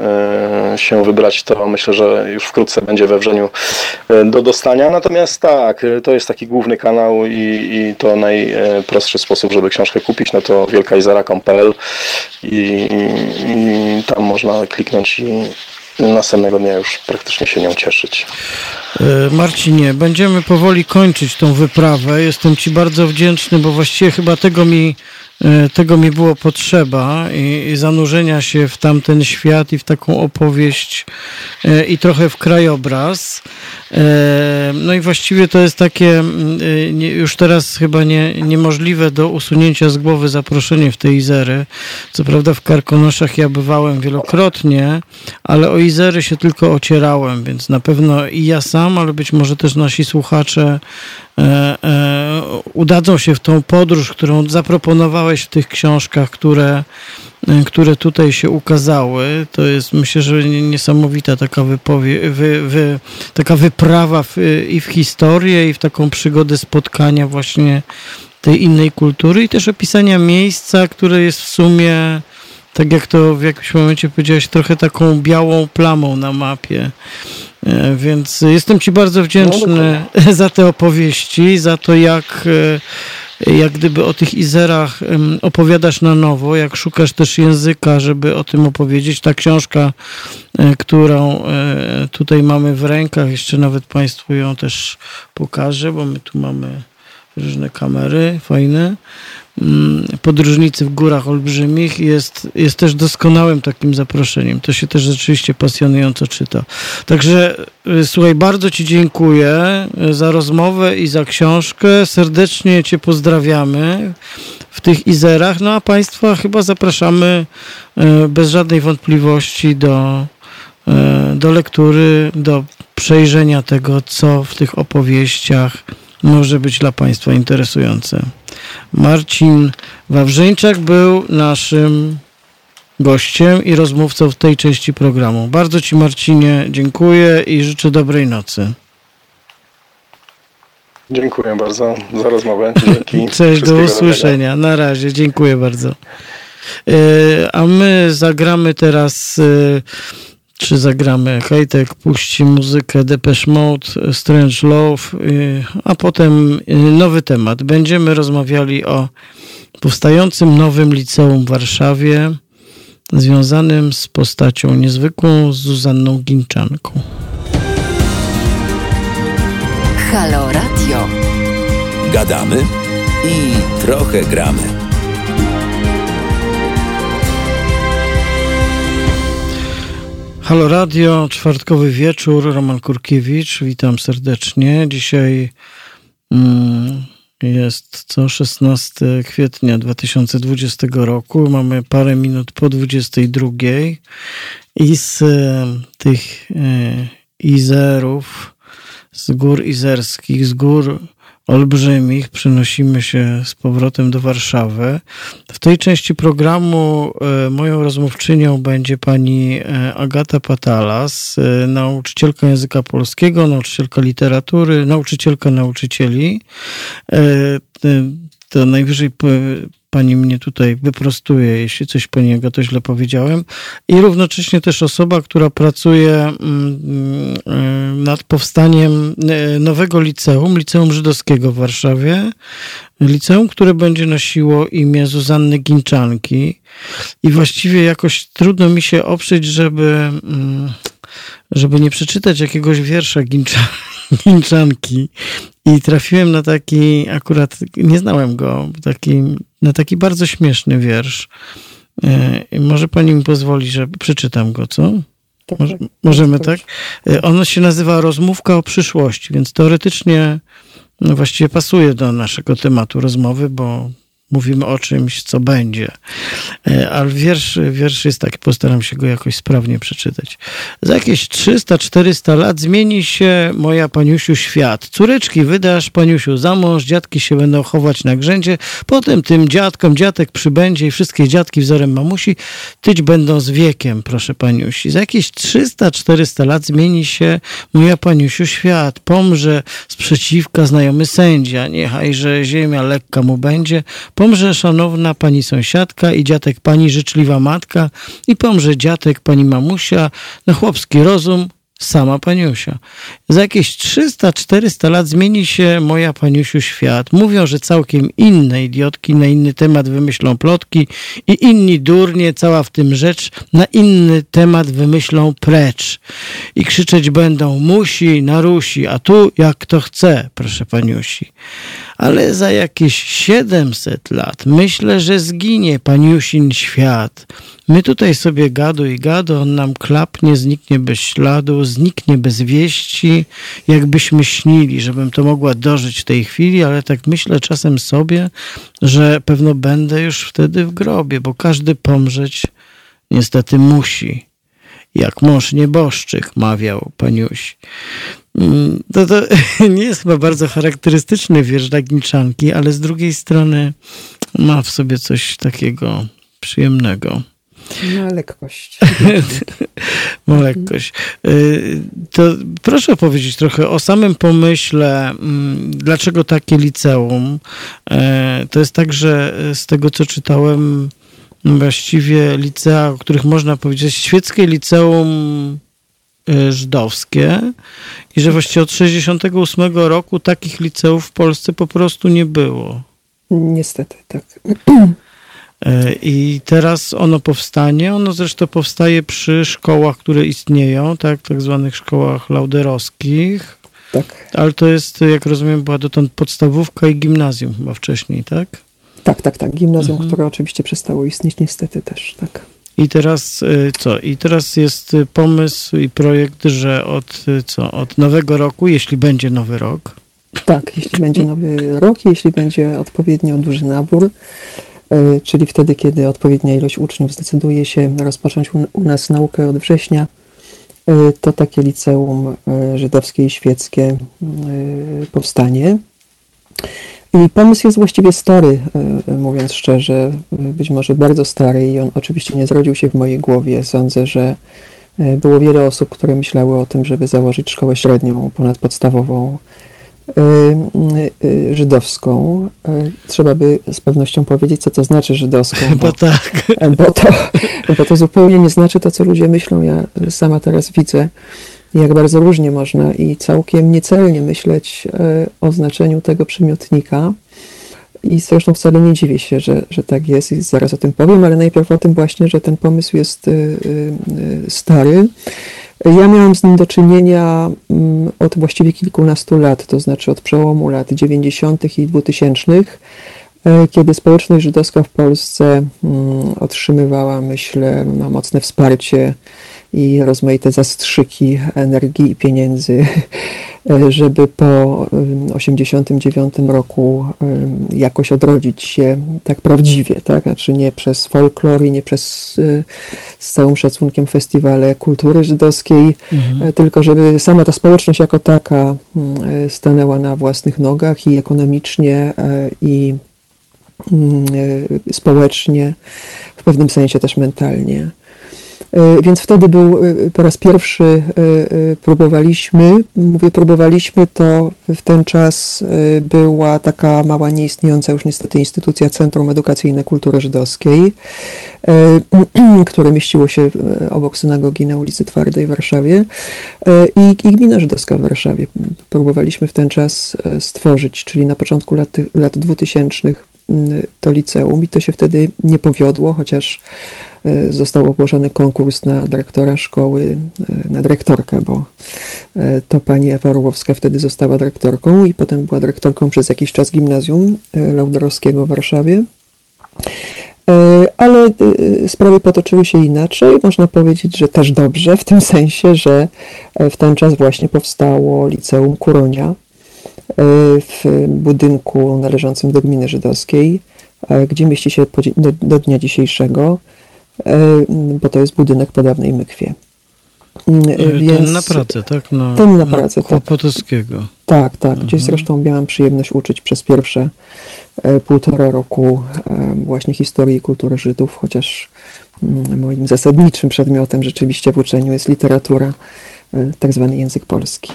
e, się wybrać, to myślę, że już wkrótce będzie we Wrzeniu e, do dostania. Natomiast tak, to jest taki główny kanał i, i to najprostszy sposób, żeby książkę kupić, no to wielkaizera kropka p l i, i, i tam można kliknąć i następnego dnia już praktycznie się nią cieszyć. Marcinie, będziemy powoli kończyć tą wyprawę. Jestem Ci bardzo wdzięczny, bo właściwie chyba tego mi Tego mi było potrzeba i, i zanurzenia się w tamten świat i w taką opowieść e, i trochę w krajobraz. E, no i właściwie to jest takie e, nie, już teraz chyba nie, niemożliwe do usunięcia z głowy zaproszenie w te Izery. Co prawda w Karkonoszach ja bywałem wielokrotnie, ale o Izery się tylko ocierałem, więc na pewno i ja sam, ale być może też nasi słuchacze e, e, udadzą się w tą podróż, którą zaproponowałeś w tych książkach, które, które tutaj się ukazały. To jest, myślę, że niesamowita taka wypowie, wy, wy, taka wyprawa w, i w historię, i w taką przygodę spotkania właśnie tej innej kultury i też opisania miejsca, które jest w sumie, tak jak to w jakimś momencie powiedziałeś, trochę taką białą plamą na mapie. Więc jestem Ci bardzo wdzięczny no, za te opowieści, za to, jak jak gdyby o tych Izerach opowiadasz na nowo, jak szukasz też języka, żeby o tym opowiedzieć. Ta książka, którą tutaj mamy w rękach, jeszcze nawet Państwu ją też pokażę, bo my tu mamy różne kamery fajne. Podróżnicy w Górach Olbrzymich jest, jest też doskonałym takim zaproszeniem. To się też rzeczywiście pasjonująco czyta. Także słuchaj, bardzo Ci dziękuję za rozmowę i za książkę. Serdecznie Cię pozdrawiamy w tych Izerach. No a Państwa chyba zapraszamy bez żadnej wątpliwości do, do lektury, do przejrzenia tego, co w tych opowieściach może być dla Państwa interesujące. Marcin Wawrzyńczak był naszym gościem i rozmówcą w tej części programu. Bardzo Ci, Marcinie, dziękuję i życzę dobrej nocy. Dziękuję bardzo za rozmowę. Dzięki. Cześć, do usłyszenia. Dobrego. Na razie, dziękuję bardzo. A my zagramy teraz czy zagramy. Hejtek puści muzykę Depeche Mode, Strange Love, a potem nowy temat. Będziemy rozmawiali o powstającym nowym liceum w Warszawie, związanym z postacią niezwykłą, z Zuzanną Ginczanką. Halo Radio. Gadamy i trochę gramy. Halo Radio, czwartkowy wieczór, Roman Kurkiewicz, witam serdecznie. Dzisiaj mm, jest co, szesnastego kwietnia dwa tysiące dwudziestego roku, mamy parę minut po dwudziestej drugiej i z e, tych e, izerów, z gór izerskich, z gór olbrzymich przenosimy się z powrotem do Warszawy. W tej części programu e, moją rozmówczynią będzie pani e, Agata Patalas, e, nauczycielka języka polskiego, nauczycielka literatury, nauczycielka nauczycieli. E, e, to najwyżej po, pani mnie tutaj wyprostuje, jeśli coś pani Agato źle powiedziałem. I równocześnie też osoba, która pracuje nad powstaniem nowego liceum, Liceum Żydowskiego w Warszawie. Liceum, które będzie nosiło imię Zuzanny Ginczanki. I właściwie jakoś trudno mi się oprzeć, żeby, żeby nie przeczytać jakiegoś wiersza Gincza, Ginczanki. I trafiłem na taki, akurat nie znałem go, taki, na taki bardzo śmieszny wiersz. I może pani mi pozwoli, że przeczytam go, co? Tak, Może, tak, możemy, tak? On się nazywa Rozmówka o przyszłości, więc teoretycznie no właściwie pasuje do naszego tematu rozmowy, bo mówimy o czymś, co będzie. Ale wiersz, wiersz jest taki, postaram się go jakoś sprawnie przeczytać. Za jakieś trzysta czterysta lat zmieni się, moja paniusiu, świat. Córeczki wydasz, paniusiu, za mąż, dziadki się będą chować na grzędzie, potem tym dziadkom dziadek przybędzie i wszystkie dziadki wzorem mamusi tyć będą z wiekiem, proszę paniusi. Za jakieś trzysta czterysta lat zmieni się, moja paniusiu, świat. Pomrze sprzeciwka znajomy sędzia, niechajże ziemia lekka mu będzie. Pomrze szanowna pani sąsiadka i dziadek pani życzliwa matka i pomrze dziadek pani mamusia, na chłopski rozum sama paniusia. Za jakieś trzysta czterysta lat zmieni się, moja paniusiu, świat. Mówią, że całkiem inne idiotki na inny temat wymyślą plotki i inni durnie, cała w tym rzecz, na inny temat wymyślą precz. I krzyczeć będą musi, narusi, a tu jak kto chce, proszę paniusi. Ale za jakieś siedemset lat myślę, że zginie paniusin świat. My tutaj sobie gadu i gadu, on nam klapnie, zniknie bez śladu, zniknie bez wieści, jakbyśmy śnili, żebym to mogła dożyć w tej chwili, ale tak myślę czasem sobie, że pewno będę już wtedy w grobie, bo każdy pomrzeć niestety musi. Jak mąż nieboszczyk, mawiał paniuś. To, to nie jest chyba bardzo charakterystyczny wiersz dla Ginczanki, ale z drugiej strony ma w sobie coś takiego przyjemnego. Ma lekkość. Ma lekkość. To proszę opowiedzieć trochę o samym pomyśle, dlaczego takie liceum. To jest tak, że z tego, co czytałem, właściwie licea, o których można powiedzieć, świeckie liceum żydowskie i że właściwie od sześćdziesiątego ósmego roku takich liceów w Polsce po prostu nie było. Niestety, tak. I teraz ono powstanie, ono zresztą powstaje przy szkołach, które istnieją, tak, tak zwanych szkołach lauderowskich. Tak. Ale to jest, jak rozumiem, była dotąd podstawówka i gimnazjum chyba wcześniej, tak? Tak, tak, tak. Gimnazjum, Mhm. które oczywiście przestało istnieć, niestety też, tak. I teraz co? I teraz jest pomysł i projekt, że od co? Od nowego roku, jeśli będzie nowy rok. Tak, jeśli będzie nowy rok, jeśli będzie odpowiednio duży nabór, y, czyli wtedy, kiedy odpowiednia ilość uczniów zdecyduje się rozpocząć u, u nas naukę od września, y, to takie liceum y, żydowskie i świeckie y, powstanie. I pomysł jest właściwie stary, mówiąc szczerze, być może bardzo stary i on oczywiście nie zrodził się w mojej głowie. Sądzę, że było wiele osób, które myślały o tym, żeby założyć szkołę średnią, ponadpodstawową żydowską. Trzeba by z pewnością powiedzieć, co to znaczy żydowską. Bo, tak. Bo to, bo to zupełnie nie znaczy to, co ludzie myślą. Ja sama teraz widzę, jak bardzo różnie można i całkiem niecelnie myśleć o znaczeniu tego przymiotnika. I zresztą wcale nie dziwię się, że, że tak jest i zaraz o tym powiem, ale najpierw o tym właśnie, że ten pomysł jest stary. Ja miałam z nim do czynienia od właściwie kilkunastu lat, to znaczy od przełomu lat dziewięćdziesiątych i dwutysięcznych, kiedy społeczność żydowska w Polsce otrzymywała, myślę, no, mocne wsparcie i rozmaite zastrzyki energii i pieniędzy, żeby po osiemdziesiątym dziewiątym roku jakoś odrodzić się tak prawdziwie, tak? Znaczy nie przez folklor i nie przez, z całym szacunkiem, festiwale kultury żydowskiej, mhm. tylko żeby sama ta społeczność jako taka stanęła na własnych nogach i ekonomicznie, i społecznie, w pewnym sensie też mentalnie. Więc wtedy był po raz pierwszy próbowaliśmy, mówię próbowaliśmy, to w ten czas była taka mała, nieistniejąca już niestety instytucja Centrum Edukacyjne Kultury Żydowskiej, które mieściło się obok synagogi na ulicy Twardej w Warszawie, i, i Gmina Żydowska w Warszawie. Próbowaliśmy w ten czas stworzyć, czyli na początku lat, lat dwutysięcznych to liceum i to się wtedy nie powiodło, chociaż został ogłoszony konkurs na dyrektora szkoły, na dyrektorkę, bo to pani Ewa Orłowska wtedy została dyrektorką i potem była dyrektorką przez jakiś czas gimnazjum Lauderowskiego w Warszawie. Ale sprawy potoczyły się inaczej. Można powiedzieć, że też dobrze, w tym sensie, że w ten czas właśnie powstało Liceum Kuronia w budynku należącym do gminy żydowskiej, gdzie mieści się do, do dnia dzisiejszego, bo to jest budynek po dawnej Mykwie. Więc, ten na pracę, tak? No, ten na pracę, no, tak. Potockiego. Tak, tak. Gdzieś mhm. zresztą miałam przyjemność uczyć przez pierwsze e, półtora roku e, właśnie historii i kultury Żydów, chociaż m, moim zasadniczym przedmiotem rzeczywiście w uczeniu jest literatura, e, tak zwany język polski.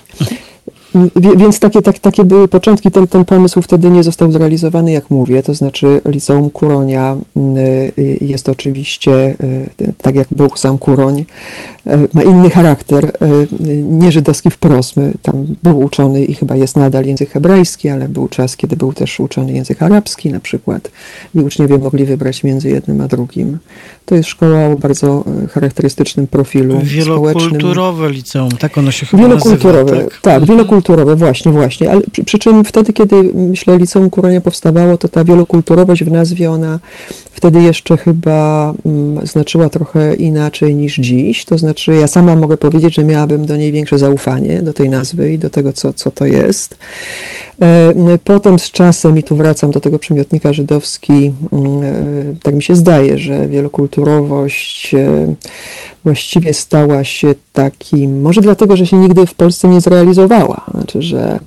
Więc takie, tak, takie były początki. Ten, ten pomysł wtedy nie został zrealizowany, jak mówię, to znaczy Liceum Kuronia jest oczywiście, tak jak był sam Kuroń, ma inny charakter, nie żydowski wprost. Tam był uczony i chyba jest nadal język hebrajski, ale był czas, kiedy był też uczony język arabski na przykład i uczniowie mogli wybrać między jednym a drugim. To jest szkoła o bardzo charakterystycznym profilu wielokulturowe społecznym. Liceum, tak ono się chyba Wielokulturowe, nazywa, tak? tak, wielokulturowe, właśnie, właśnie. Ale przy, przy czym wtedy, kiedy, myślę, Liceum Kuronia powstawało, to ta wielokulturowość w nazwie, ona wtedy jeszcze chyba mm, znaczyła trochę inaczej niż dziś. To znaczy, ja sama mogę powiedzieć, że miałabym do niej większe zaufanie, do tej nazwy i do tego, co, co to jest. E, potem z czasem, i tu wracam do tego przymiotnika żydowski, e, tak mi się zdaje, że wielokulturowość e, właściwie stała się takim, może dlatego, że się nigdy w Polsce nie zrealizowała, znaczy, że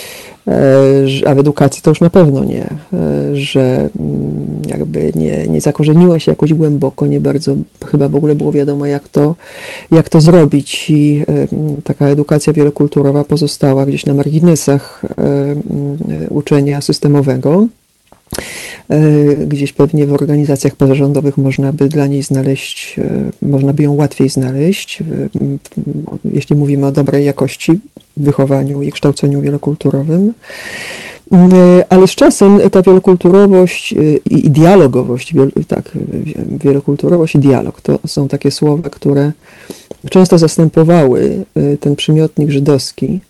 a w edukacji to już na pewno nie, że jakby nie, nie zakorzeniła się jakoś głęboko, nie bardzo chyba w ogóle było wiadomo, jak to, jak to zrobić, i taka edukacja wielokulturowa pozostała gdzieś na marginesach uczenia systemowego. Gdzieś pewnie w organizacjach pozarządowych można by dla niej znaleźć, można by ją łatwiej znaleźć, jeśli mówimy o dobrej jakości wychowaniu i kształceniu wielokulturowym. Ale z czasem ta wielokulturowość i dialogowość, tak, wielokulturowość i dialog to są takie słowa, które często zastępowały ten przymiotnik żydowski,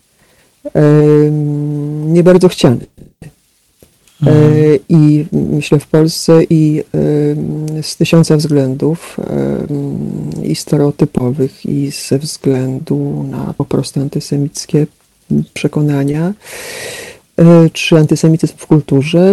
nie bardzo chciany. Mhm. I myślę w Polsce i z tysiąca względów, i stereotypowych, i ze względu na po prostu antysemickie przekonania, czy antysemityzm w kulturze,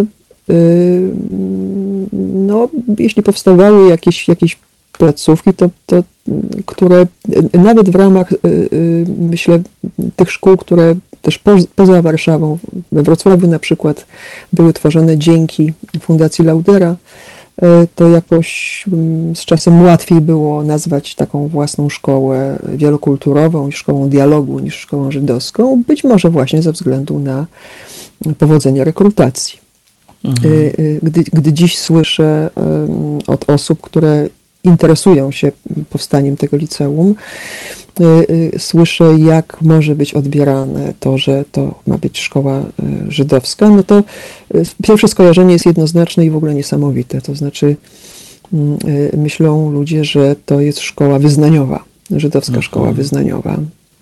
no, jeśli powstawały jakieś, jakieś placówki, to, to, które nawet w ramach, myślę, tych szkół, które też po, poza Warszawą, we Wrocławiu na przykład, były tworzone dzięki Fundacji Laudera, to jakoś z czasem łatwiej było nazwać taką własną szkołę wielokulturową i szkołą dialogu niż szkołą żydowską, być może właśnie ze względu na powodzenie rekrutacji. Mhm. Gdy, gdy dziś słyszę od osób, które interesują się powstaniem tego liceum, słyszę, jak może być odbierane to, że to ma być szkoła żydowska, no to pierwsze skojarzenie jest jednoznaczne i w ogóle niesamowite. To znaczy myślą ludzie, że to jest szkoła wyznaniowa, żydowska mhm. szkoła wyznaniowa.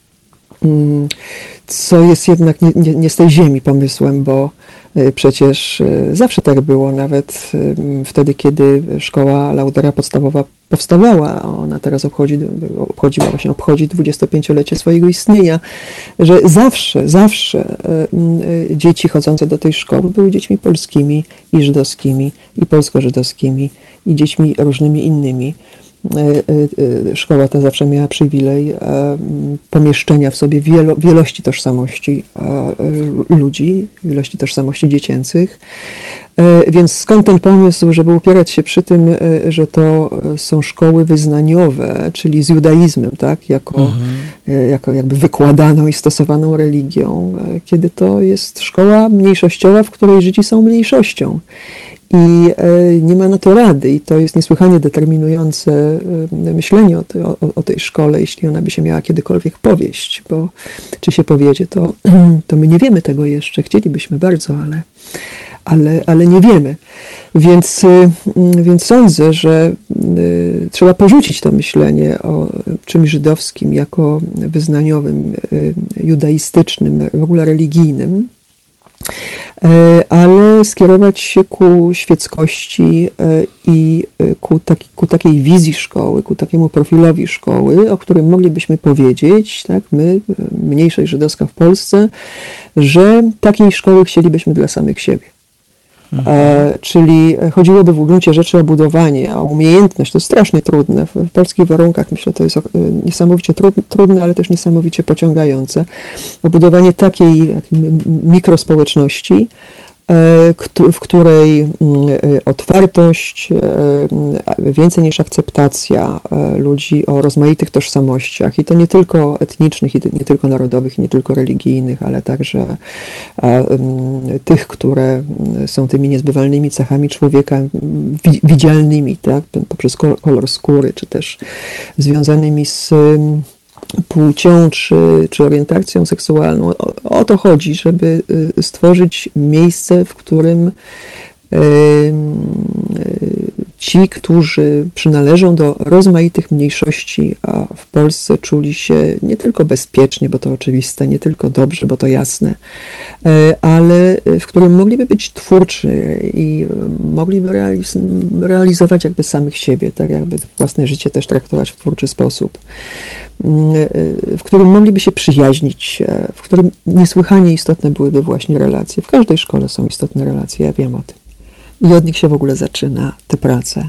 Co jest jednak nie, nie, nie z tej ziemi pomysłem, bo przecież zawsze tak było, nawet wtedy, kiedy szkoła Laudera podstawowa powstawała, ona teraz obchodzi, obchodziła właśnie obchodzi dwudziestopięciolecie swojego istnienia, że zawsze, zawsze dzieci chodzące do tej szkoły były dziećmi polskimi i żydowskimi, i polsko-żydowskimi, i dziećmi różnymi innymi. Szkoła ta zawsze miała przywilej pomieszczenia w sobie wielo, wielości tożsamości ludzi, wielości tożsamości dziecięcych. Więc skąd ten pomysł, żeby upierać się przy tym, że to są szkoły wyznaniowe, czyli z judaizmem, tak, jako, mhm. jako jakby wykładaną i stosowaną religią, kiedy to jest szkoła mniejszościowa, w której Żydzi są mniejszością. I nie ma na to rady i to jest niesłychanie determinujące myślenie o, te, o, o tej szkole, jeśli ona by się miała kiedykolwiek powieść, bo czy się powiedzie, to, to my nie wiemy tego jeszcze, chcielibyśmy bardzo, ale, ale, ale nie wiemy. Więc, więc sądzę, że trzeba porzucić to myślenie o czymś żydowskim jako wyznaniowym, judaistycznym, w ogóle religijnym, ale skierować się ku świeckości i ku, taki, ku takiej wizji szkoły, ku takiemu profilowi szkoły, o którym moglibyśmy powiedzieć, tak, my, mniejszość żydowska w Polsce, że takiej szkoły chcielibyśmy dla samych siebie. Mhm. E, czyli chodziłoby w gruncie rzeczy o budowanie, o umiejętność, to jest strasznie trudne. W, w polskich warunkach myślę, to jest niesamowicie trudne, ale też niesamowicie pociągające. O budowanie takiej mikrospołeczności, w której otwartość, więcej niż akceptacja ludzi o rozmaitych tożsamościach, i to nie tylko etnicznych, i nie tylko narodowych, i nie tylko religijnych, ale także tych, które są tymi niezbywalnymi cechami człowieka widzialnymi, tak, poprzez kolor skóry, czy też związanymi z płcią, czy, czy orientacją seksualną. O, o to chodzi, żeby stworzyć miejsce, w którym y, y, ci, którzy przynależą do rozmaitych mniejszości, a w Polsce czuli się nie tylko bezpiecznie, bo to oczywiste, nie tylko dobrze, bo to jasne, y, ale w którym mogliby być twórczy i mogliby realiz realizować jakby samych siebie, tak jakby własne życie też traktować w twórczy sposób, w którym mogliby się przyjaźnić, w którym niesłychanie istotne byłyby właśnie relacje. W każdej szkole są istotne relacje, ja wiem o tym. I od nich się w ogóle zaczyna tę pracę.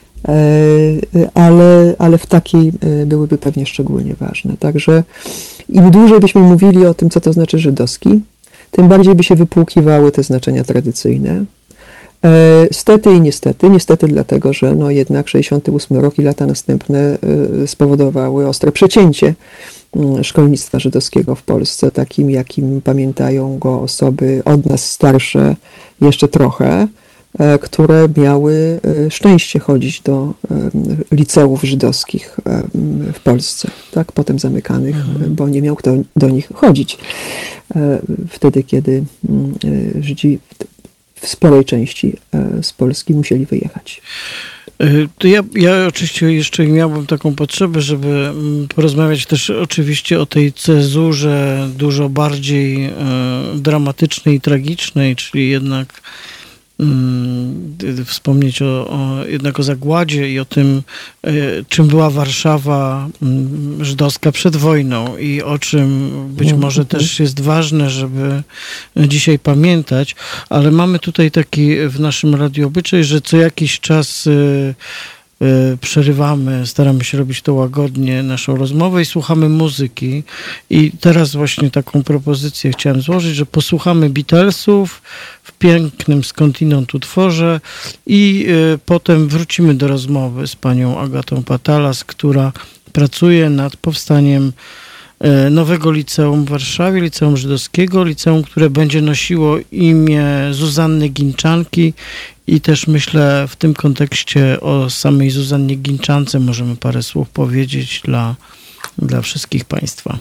Ale, ale w takiej byłyby pewnie szczególnie ważne. Także im dłużej byśmy mówili o tym, co to znaczy żydowski, tym bardziej by się wypłukiwały te znaczenia tradycyjne. Stety i niestety, niestety dlatego, że no jednak sześćdziesiąty ósmy rok i lata następne spowodowały ostre przecięcie szkolnictwa żydowskiego w Polsce, takim jakim pamiętają go osoby od nas starsze jeszcze trochę, które miały szczęście chodzić do liceów żydowskich w Polsce, tak, potem zamykanych, mhm. bo nie miał kto do nich chodzić. Wtedy, kiedy Żydzi w sporej części z Polski musieli wyjechać. To ja, ja oczywiście jeszcze miałbym taką potrzebę, żeby porozmawiać też oczywiście o tej cezurze dużo bardziej dramatycznej i tragicznej, czyli jednak wspomnieć o, o, jednak o zagładzie i o tym, czym była Warszawa żydowska przed wojną i o czym być może też jest ważne, żeby dzisiaj pamiętać, ale mamy tutaj taki w naszym radiu obyczaj, że co jakiś czas przerywamy, staramy się robić to łagodnie, naszą rozmowę i słuchamy muzyki. I teraz właśnie taką propozycję chciałem złożyć, że posłuchamy Beatlesów w pięknym skądinąd utworze i potem wrócimy do rozmowy z panią Agatą Patalas, która pracuje nad powstaniem nowego liceum w Warszawie, liceum żydowskiego, liceum, które będzie nosiło imię Zuzanny Ginczanki i też myślę w tym kontekście o samej Zuzannie Ginczance możemy parę słów powiedzieć dla, dla wszystkich państwa.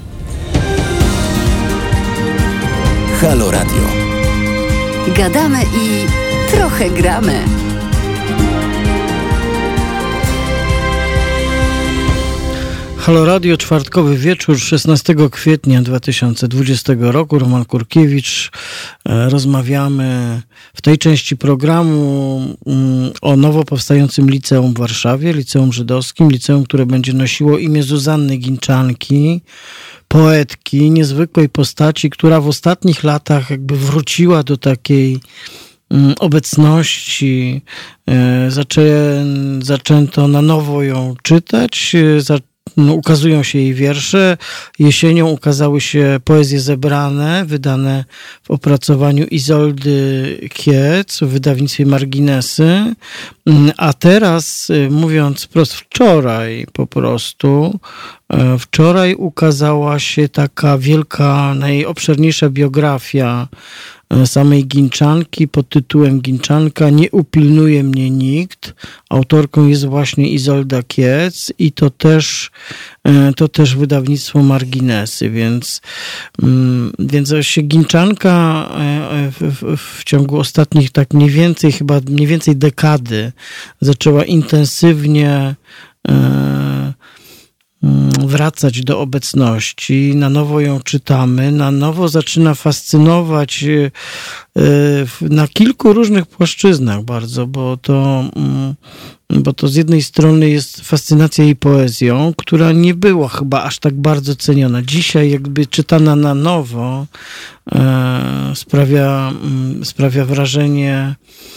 Halo Radio. Gadamy i trochę gramy. Halo Radio, czwartkowy wieczór, szesnastego kwietnia dwa tysiące dwudziestego roku. Roman Kurkiewicz. Rozmawiamy w tej części programu o nowo powstającym liceum w Warszawie, liceum żydowskim, liceum, które będzie nosiło imię Zuzanny Ginczanki, poetki, niezwykłej postaci, która w ostatnich latach jakby wróciła do takiej obecności. Zaczę, zaczęto na nowo ją czytać, No, ukazują się jej wiersze. Jesienią ukazały się poezje zebrane, wydane w opracowaniu Izoldy Kiec w wydawnictwie Marginesy. A teraz, mówiąc wprost, wczoraj po prostu, wczoraj ukazała się taka wielka, najobszerniejsza biografia samej Ginczanki pod tytułem Ginczanka nie upilnuje mnie nikt. Autorką jest właśnie Izolda Kiec i to też, to też wydawnictwo Marginesy, więc, więc się Ginczanka w, w, w ciągu ostatnich tak mniej więcej, chyba mniej więcej dekady zaczęła intensywnie wracać do obecności, na nowo ją czytamy, na nowo zaczyna fascynować na kilku różnych płaszczyznach bardzo, bo to, bo to z jednej strony jest fascynacja jej poezją, która nie była chyba aż tak bardzo ceniona. Dzisiaj jakby czytana na nowo sprawia, sprawia wrażenie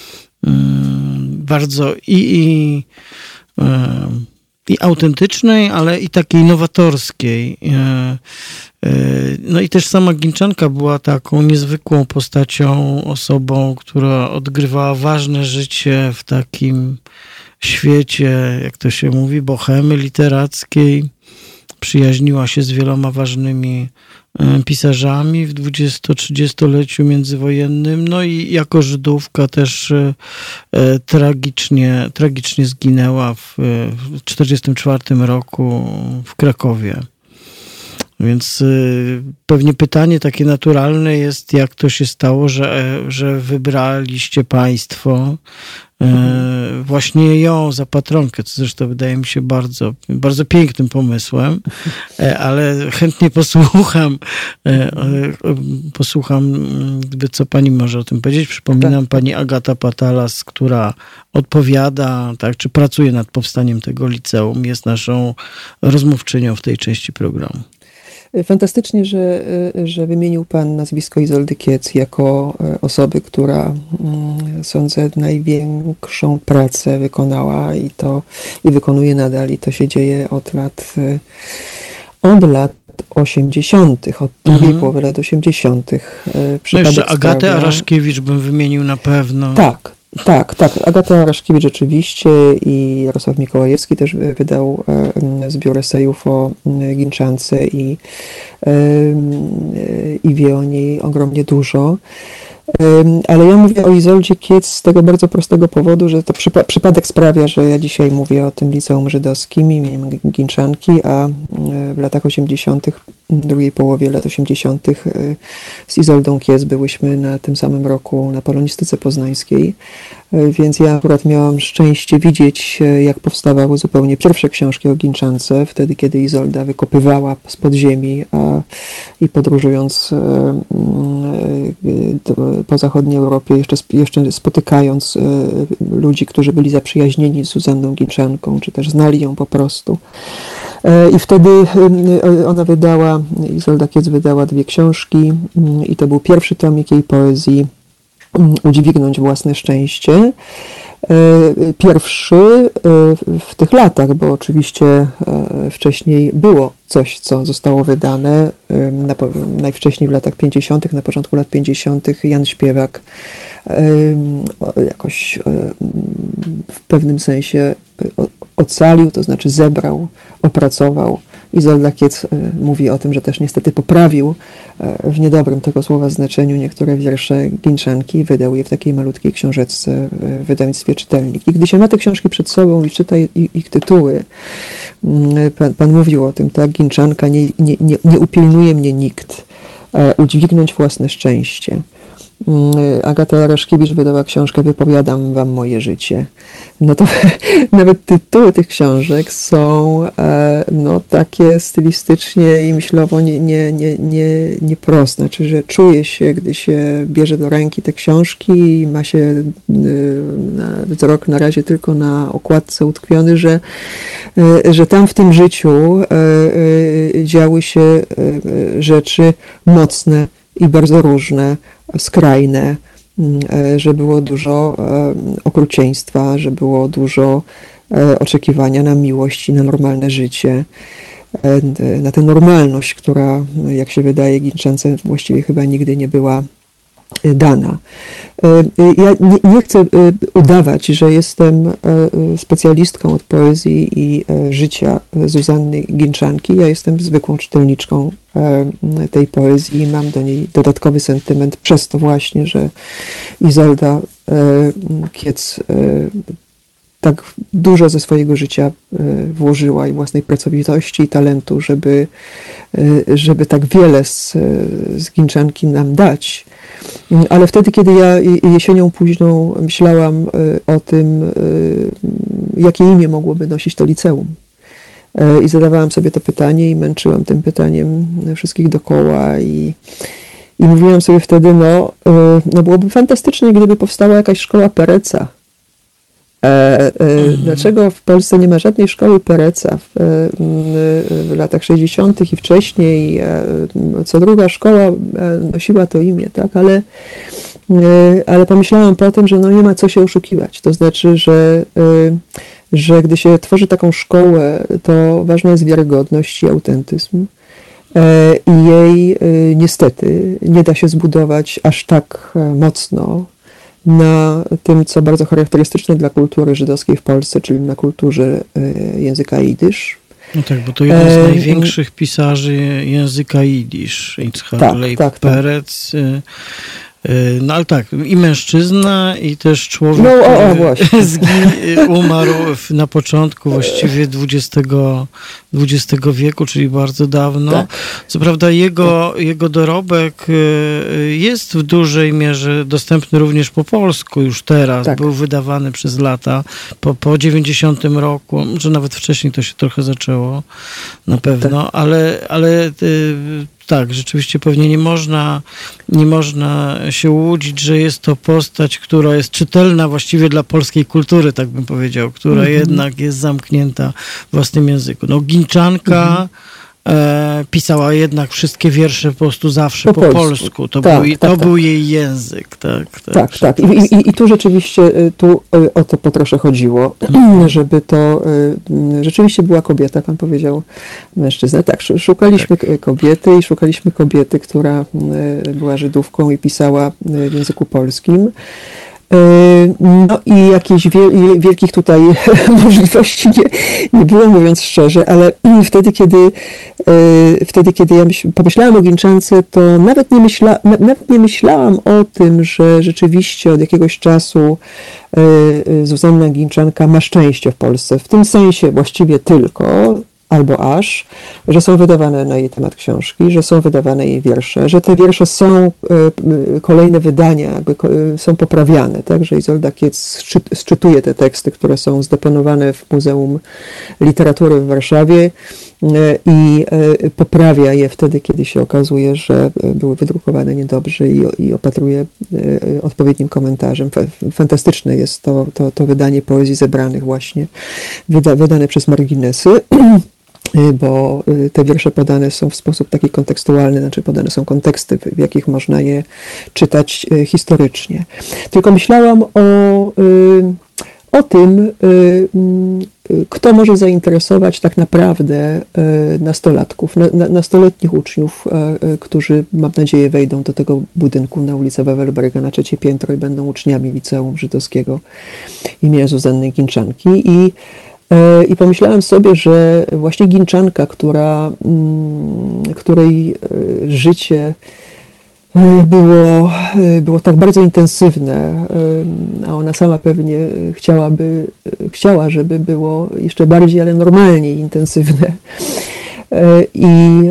bardzo i, i i autentycznej, ale i takiej nowatorskiej. No i też sama Ginczanka była taką niezwykłą postacią, osobą, która odgrywała ważne życie w takim świecie, jak to się mówi, bohemy literackiej. Przyjaźniła się z wieloma ważnymi pisarzami w dwudziesto-trzydziestoleciu międzywojennym, no i jako Żydówka też e, tragicznie, tragicznie zginęła w czterdziestym czwartym roku w Krakowie. Więc y, pewnie pytanie takie naturalne jest, jak to się stało, że, że wybraliście państwo y, właśnie ją za patronkę, co zresztą wydaje mi się bardzo, bardzo pięknym pomysłem, y, ale chętnie posłucham, y, y, posłucham, gdyby co pani może o tym powiedzieć. Przypominam, pani Agata Patalas, która odpowiada, tak, czy pracuje nad powstaniem tego liceum, jest naszą rozmówczynią w tej części programu. Fantastycznie, że, że wymienił pan nazwisko Izoldy Kiec jako osoby, która, sądzę, największą pracę wykonała i to i wykonuje nadal, i to się dzieje od lat od lat osiemdziesiątych, od drugiej mhm. połowy lat osiemdziesiątych. No jeszcze Agatę sprawia... Araszkiewicz bym wymienił na pewno. Tak. Tak, tak. Agata Araszkiewicz oczywiście i Jarosław Mikołajewski też wydał zbiór esejów o Ginczance i, i wie o niej ogromnie dużo. Ale ja mówię o Izoldzie Kiec z tego bardzo prostego powodu, że to przypa- przypadek sprawia, że ja dzisiaj mówię o tym liceum żydowskim imieniem Ginczanki, a w latach osiemdziesiątych, drugiej połowie lat osiemdziesiątych z Izoldą Kiec byłyśmy na tym samym roku na polonistyce poznańskiej, więc ja akurat miałam szczęście widzieć, jak powstawały zupełnie pierwsze książki o Ginczance, wtedy kiedy Izolda wykopywała z podziemi a, i podróżując do, po zachodniej Europie, jeszcze, jeszcze spotykając ludzi, którzy byli zaprzyjaźnieni z Zuzanną Ginczanką, czy też znali ją po prostu. I wtedy ona wydała, Izolda Kiec wydała dwie książki i to był pierwszy tomik jej poezji udźwignąć własne szczęście. Pierwszy w tych latach, bo oczywiście wcześniej było coś, co zostało wydane, na, najwcześniej w latach pięćdziesiątych, na początku lat pięćdziesiątych Jan Śpiewak jakoś w pewnym sensie ocalił, to znaczy zebrał, opracował. Izolda Kiec mówi o tym, że też niestety poprawił w niedobrym tego słowa znaczeniu niektóre wiersze Ginczanki, wydał je w takiej malutkiej książeczce w wydawnictwie Czytelnik. I gdy się ma te książki przed sobą i czyta ich tytuły, pan, pan mówił o tym, tak, Ginczanka, nie, nie, nie, nie upilnuje mnie nikt, udźwignąć własne szczęście. Agata Araszkiewicz wydała książkę Wypowiadam wam moje życie. No to nawet tytuły tych książek są no, takie stylistycznie i myślowo nie, nie, nie, nie, nieproste. Znaczy, że czuje się, gdy się bierze do ręki te książki i ma się wzrok na razie tylko na okładce utkwiony, że, że tam w tym życiu działy się rzeczy mocne i bardzo różne, skrajne, że było dużo okrucieństwa, że było dużo oczekiwania na miłość i na normalne życie, na tę normalność, która, jak się wydaje, Ginczance właściwie chyba nigdy nie była dana. Ja nie, nie chcę udawać, że jestem specjalistką od poezji i życia Zuzanny Ginczanki. Ja jestem zwykłą czytelniczką tej poezji i mam do niej dodatkowy sentyment przez to właśnie, że Izolda Kiec tak dużo ze swojego życia włożyła i własnej pracowitości i talentu, żeby, żeby tak wiele z, z Ginczanki nam dać. Ale wtedy, kiedy ja jesienią późną myślałam o tym, jakie imię mogłoby nosić to liceum, i zadawałam sobie to pytanie i męczyłam tym pytaniem wszystkich dokoła i, i mówiłam sobie wtedy, no, no byłoby fantastycznie, gdyby powstała jakaś szkoła Pereca. Dlaczego w Polsce nie ma żadnej szkoły Pereca? W, w latach sześćdziesiątych i wcześniej co druga szkoła nosiła to imię, tak? Ale, ale pomyślałam po tym, że no nie ma co się oszukiwać. To znaczy, że, że gdy się tworzy taką szkołę, to ważna jest wiarygodność i autentyzm. I jej niestety nie da się zbudować aż tak mocno na tym, co bardzo charakterystyczne dla kultury żydowskiej w Polsce, czyli na kulturze języka jidysz. No tak, bo to jeden z największych pisarzy języka jidysz, Yitzhak tak, Leib tak, Perec. No ale tak, i mężczyzna, i też człowiek, no, o, o, który zgi- umarł na początku właściwie dwudziestego, dwudziestego wieku, czyli bardzo dawno. Tak. Co prawda jego, tak. jego dorobek jest w dużej mierze dostępny również po polsku już teraz. Tak. Był wydawany przez lata, po, po dziewięćdziesiątym roku, może nawet wcześniej to się trochę zaczęło, na pewno, tak. ale, ale tak, rzeczywiście pewnie nie można, nie można się łudzić, że jest to postać, która jest czytelna właściwie dla polskiej kultury, tak bym powiedział, która mm-hmm. jednak jest zamknięta w własnym języku. No Ginczanka mm-hmm. e, pisała jednak wszystkie wiersze po prostu zawsze po, po polsku. polsku. To, tak, był, tak, to tak. był jej język. Tak, tak. tak, tak. I, i, I tu rzeczywiście tu o to po trosze chodziło, żeby to rzeczywiście była kobieta, pan powiedział mężczyzna. Tak, szukaliśmy tak. kobiety i szukaliśmy kobiety, która była Żydówką i pisała w języku polskim. No i jakichś wielkich tutaj możliwości nie, nie było, mówiąc szczerze, ale wtedy, kiedy, wtedy, kiedy ja pomyślałam o Ginczance, to nawet nie, myśla, nawet nie myślałam o tym, że rzeczywiście od jakiegoś czasu Zuzanna Ginczanka ma szczęście w Polsce. W tym sensie właściwie tylko, albo aż, że są wydawane na jej temat książki, że są wydawane jej wiersze, że te wiersze są, kolejne wydania jakby są poprawiane, tak, że Izolda Kiec sczytuje te teksty, które są zdeponowane w Muzeum Literatury w Warszawie i poprawia je wtedy, kiedy się okazuje, że były wydrukowane niedobrze i, i opatruje odpowiednim komentarzem. Fantastyczne jest to, to, to wydanie poezji zebranych właśnie, wyda, wydane przez Marginesy. bo te wiersze podane są w sposób taki kontekstualny, znaczy podane są konteksty, w jakich można je czytać historycznie. Tylko myślałam o, o tym, kto może zainteresować tak naprawdę nastolatków, nastoletnich uczniów, którzy, mam nadzieję, wejdą do tego budynku na ulicę Wawelberga na trzecie piętro i będą uczniami Liceum Żydowskiego imienia Zuzanny Ginczanki. I I pomyślałem sobie, że właśnie Ginczanka, która, której życie było, było tak bardzo intensywne, a ona sama pewnie chciałaby, chciała, żeby było jeszcze bardziej, ale normalniej intensywne, i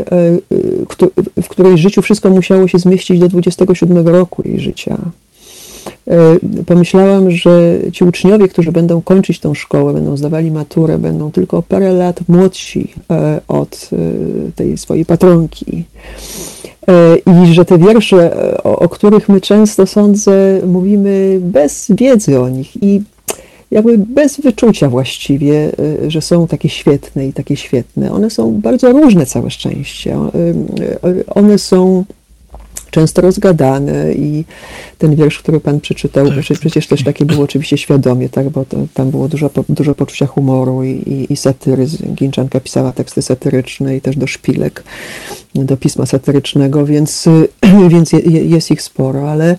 w której życiu wszystko musiało się zmieścić do dwudziestego siódmego roku jej życia. Pomyślałam, że ci uczniowie, którzy będą kończyć tą szkołę, będą zdawali maturę, będą tylko o parę lat młodsi od tej swojej patronki. I że te wiersze, o, o których my często, sądzę, mówimy bez wiedzy o nich i jakby bez wyczucia właściwie, że są takie świetne i takie świetne. One są bardzo różne, całe szczęście. One są często rozgadane i ten wiersz, który pan przeczytał, tak, przecież też takie było oczywiście świadomie, tak, bo to, tam było dużo, dużo poczucia humoru i, i, i satyry. Ginczanka pisała teksty satyryczne i też do szpilek, do pisma satyrycznego, więc, więc je, jest ich sporo, ale,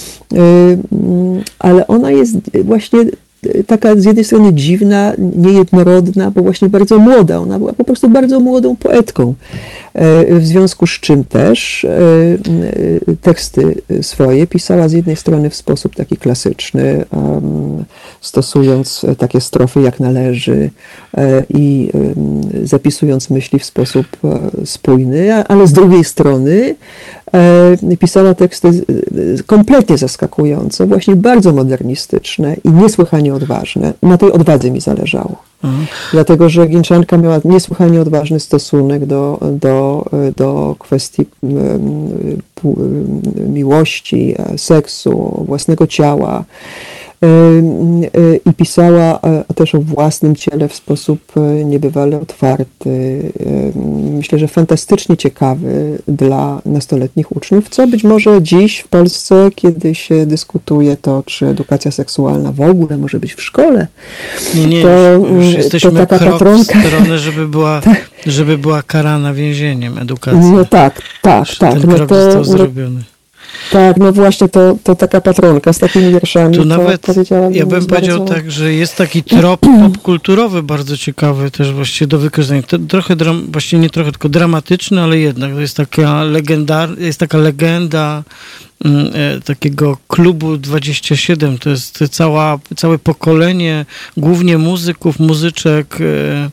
ale ona jest właśnie taka z jednej strony dziwna, niejednorodna, bo właśnie bardzo młoda. Ona była po prostu bardzo młodą poetką. W związku z czym też teksty swoje pisała z jednej strony w sposób taki klasyczny, stosując takie strofy jak należy i zapisując myśli w sposób spójny, ale z drugiej strony pisała teksty kompletnie zaskakujące, właśnie bardzo modernistyczne i niesłychanie odważne. Na tej odwadze mi zależało. Mhm. Dlatego, że Ginczanka miała niesłychanie odważny stosunek do, do, do kwestii miłości, seksu, własnego ciała. I pisała też o własnym ciele w sposób niebywale otwarty. Myślę, że fantastycznie ciekawy dla nastoletnich uczniów, co być może dziś w Polsce, kiedy się dyskutuje to, czy edukacja seksualna w ogóle może być w szkole, nie, nie, to, już jesteśmy to taka krok patronka... w stronę, żeby była, żeby była karana więzieniem edukacja. No tak, tak, już tak. Ten no krok to, został no, zrobiony. Tak, no właśnie to, to taka patronka z takimi wierszami. Tu nawet, powiedziałabym, ja bym powiedział bardzo... tak, że jest taki trop popkulturowy bardzo ciekawy też właściwie do wykorzystania. To trochę, dram, właściwie nie trochę, tylko dramatyczny, ale jednak to jest taka legendar, jest taka legenda mm, e, takiego klubu dwadzieścia siedem. To jest cała, całe pokolenie, głównie muzyków, muzyczek, e,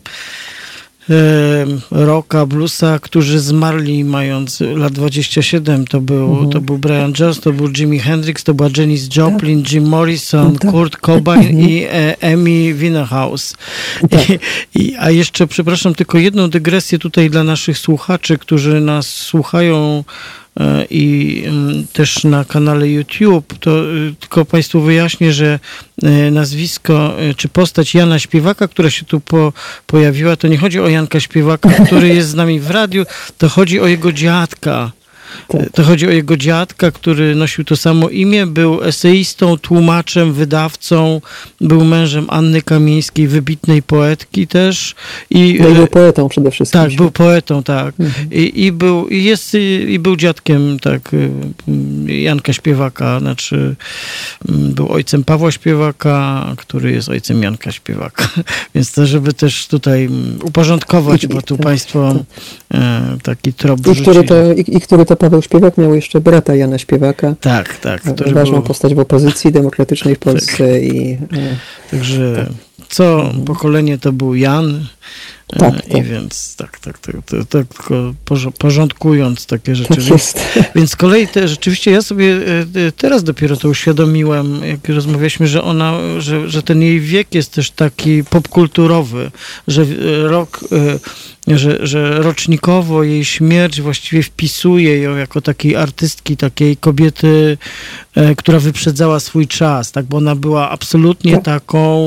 rocka, bluesa, którzy zmarli mając lat dwadzieścia siedem. To był, mhm. to był Brian Jones, to był Jimi Hendrix, to była Janis Joplin, Jim Morrison, tak. Kurt Cobain mhm. i e, Amy Winehouse. Tak. I, i, a jeszcze, przepraszam, tylko jedną dygresję tutaj dla naszych słuchaczy, którzy nas słuchają i też na kanale YouTube, to tylko Państwu wyjaśnię, że nazwisko czy postać Jana Śpiewaka, która się tu po, pojawiła, to nie chodzi o Janka Śpiewaka, który jest z nami w radiu, to chodzi o jego dziadka. Tak. To chodzi o jego dziadka, który nosił to samo imię, był eseistą, tłumaczem, wydawcą, był mężem Anny Kamieńskiej, wybitnej poetki też. I, no i był poetą przede wszystkim. Tak, był poetą, tak. Mhm. I, i, był, i, jest, i był dziadkiem tak, Janka Śpiewaka, znaczy był ojcem Pawła Śpiewaka, który jest ojcem Janka Śpiewaka. Więc to, żeby też tutaj uporządkować, I, bo tu tak, Państwo tak. taki trop I który, to, i, I który to Paweł Śpiewak miał jeszcze brata Jana Śpiewaka. Tak, tak. Ważną był... postać w opozycji demokratycznej w Polsce. Tak. I, Także tak. co mhm. pokolenie to był Jan. Tak, I tak. więc tak, tak, tak, tak, tak tylko porządkując takie rzeczy. Tak więc, więc z kolei te, rzeczywiście ja sobie teraz dopiero to uświadomiłem, jak rozmawialiśmy, że ona, że, że ten jej wiek jest też taki popkulturowy, że rok, że, że rocznikowo jej śmierć właściwie wpisuje ją jako takiej artystki, takiej kobiety, która wyprzedzała swój czas, tak, bo ona była absolutnie tak. taką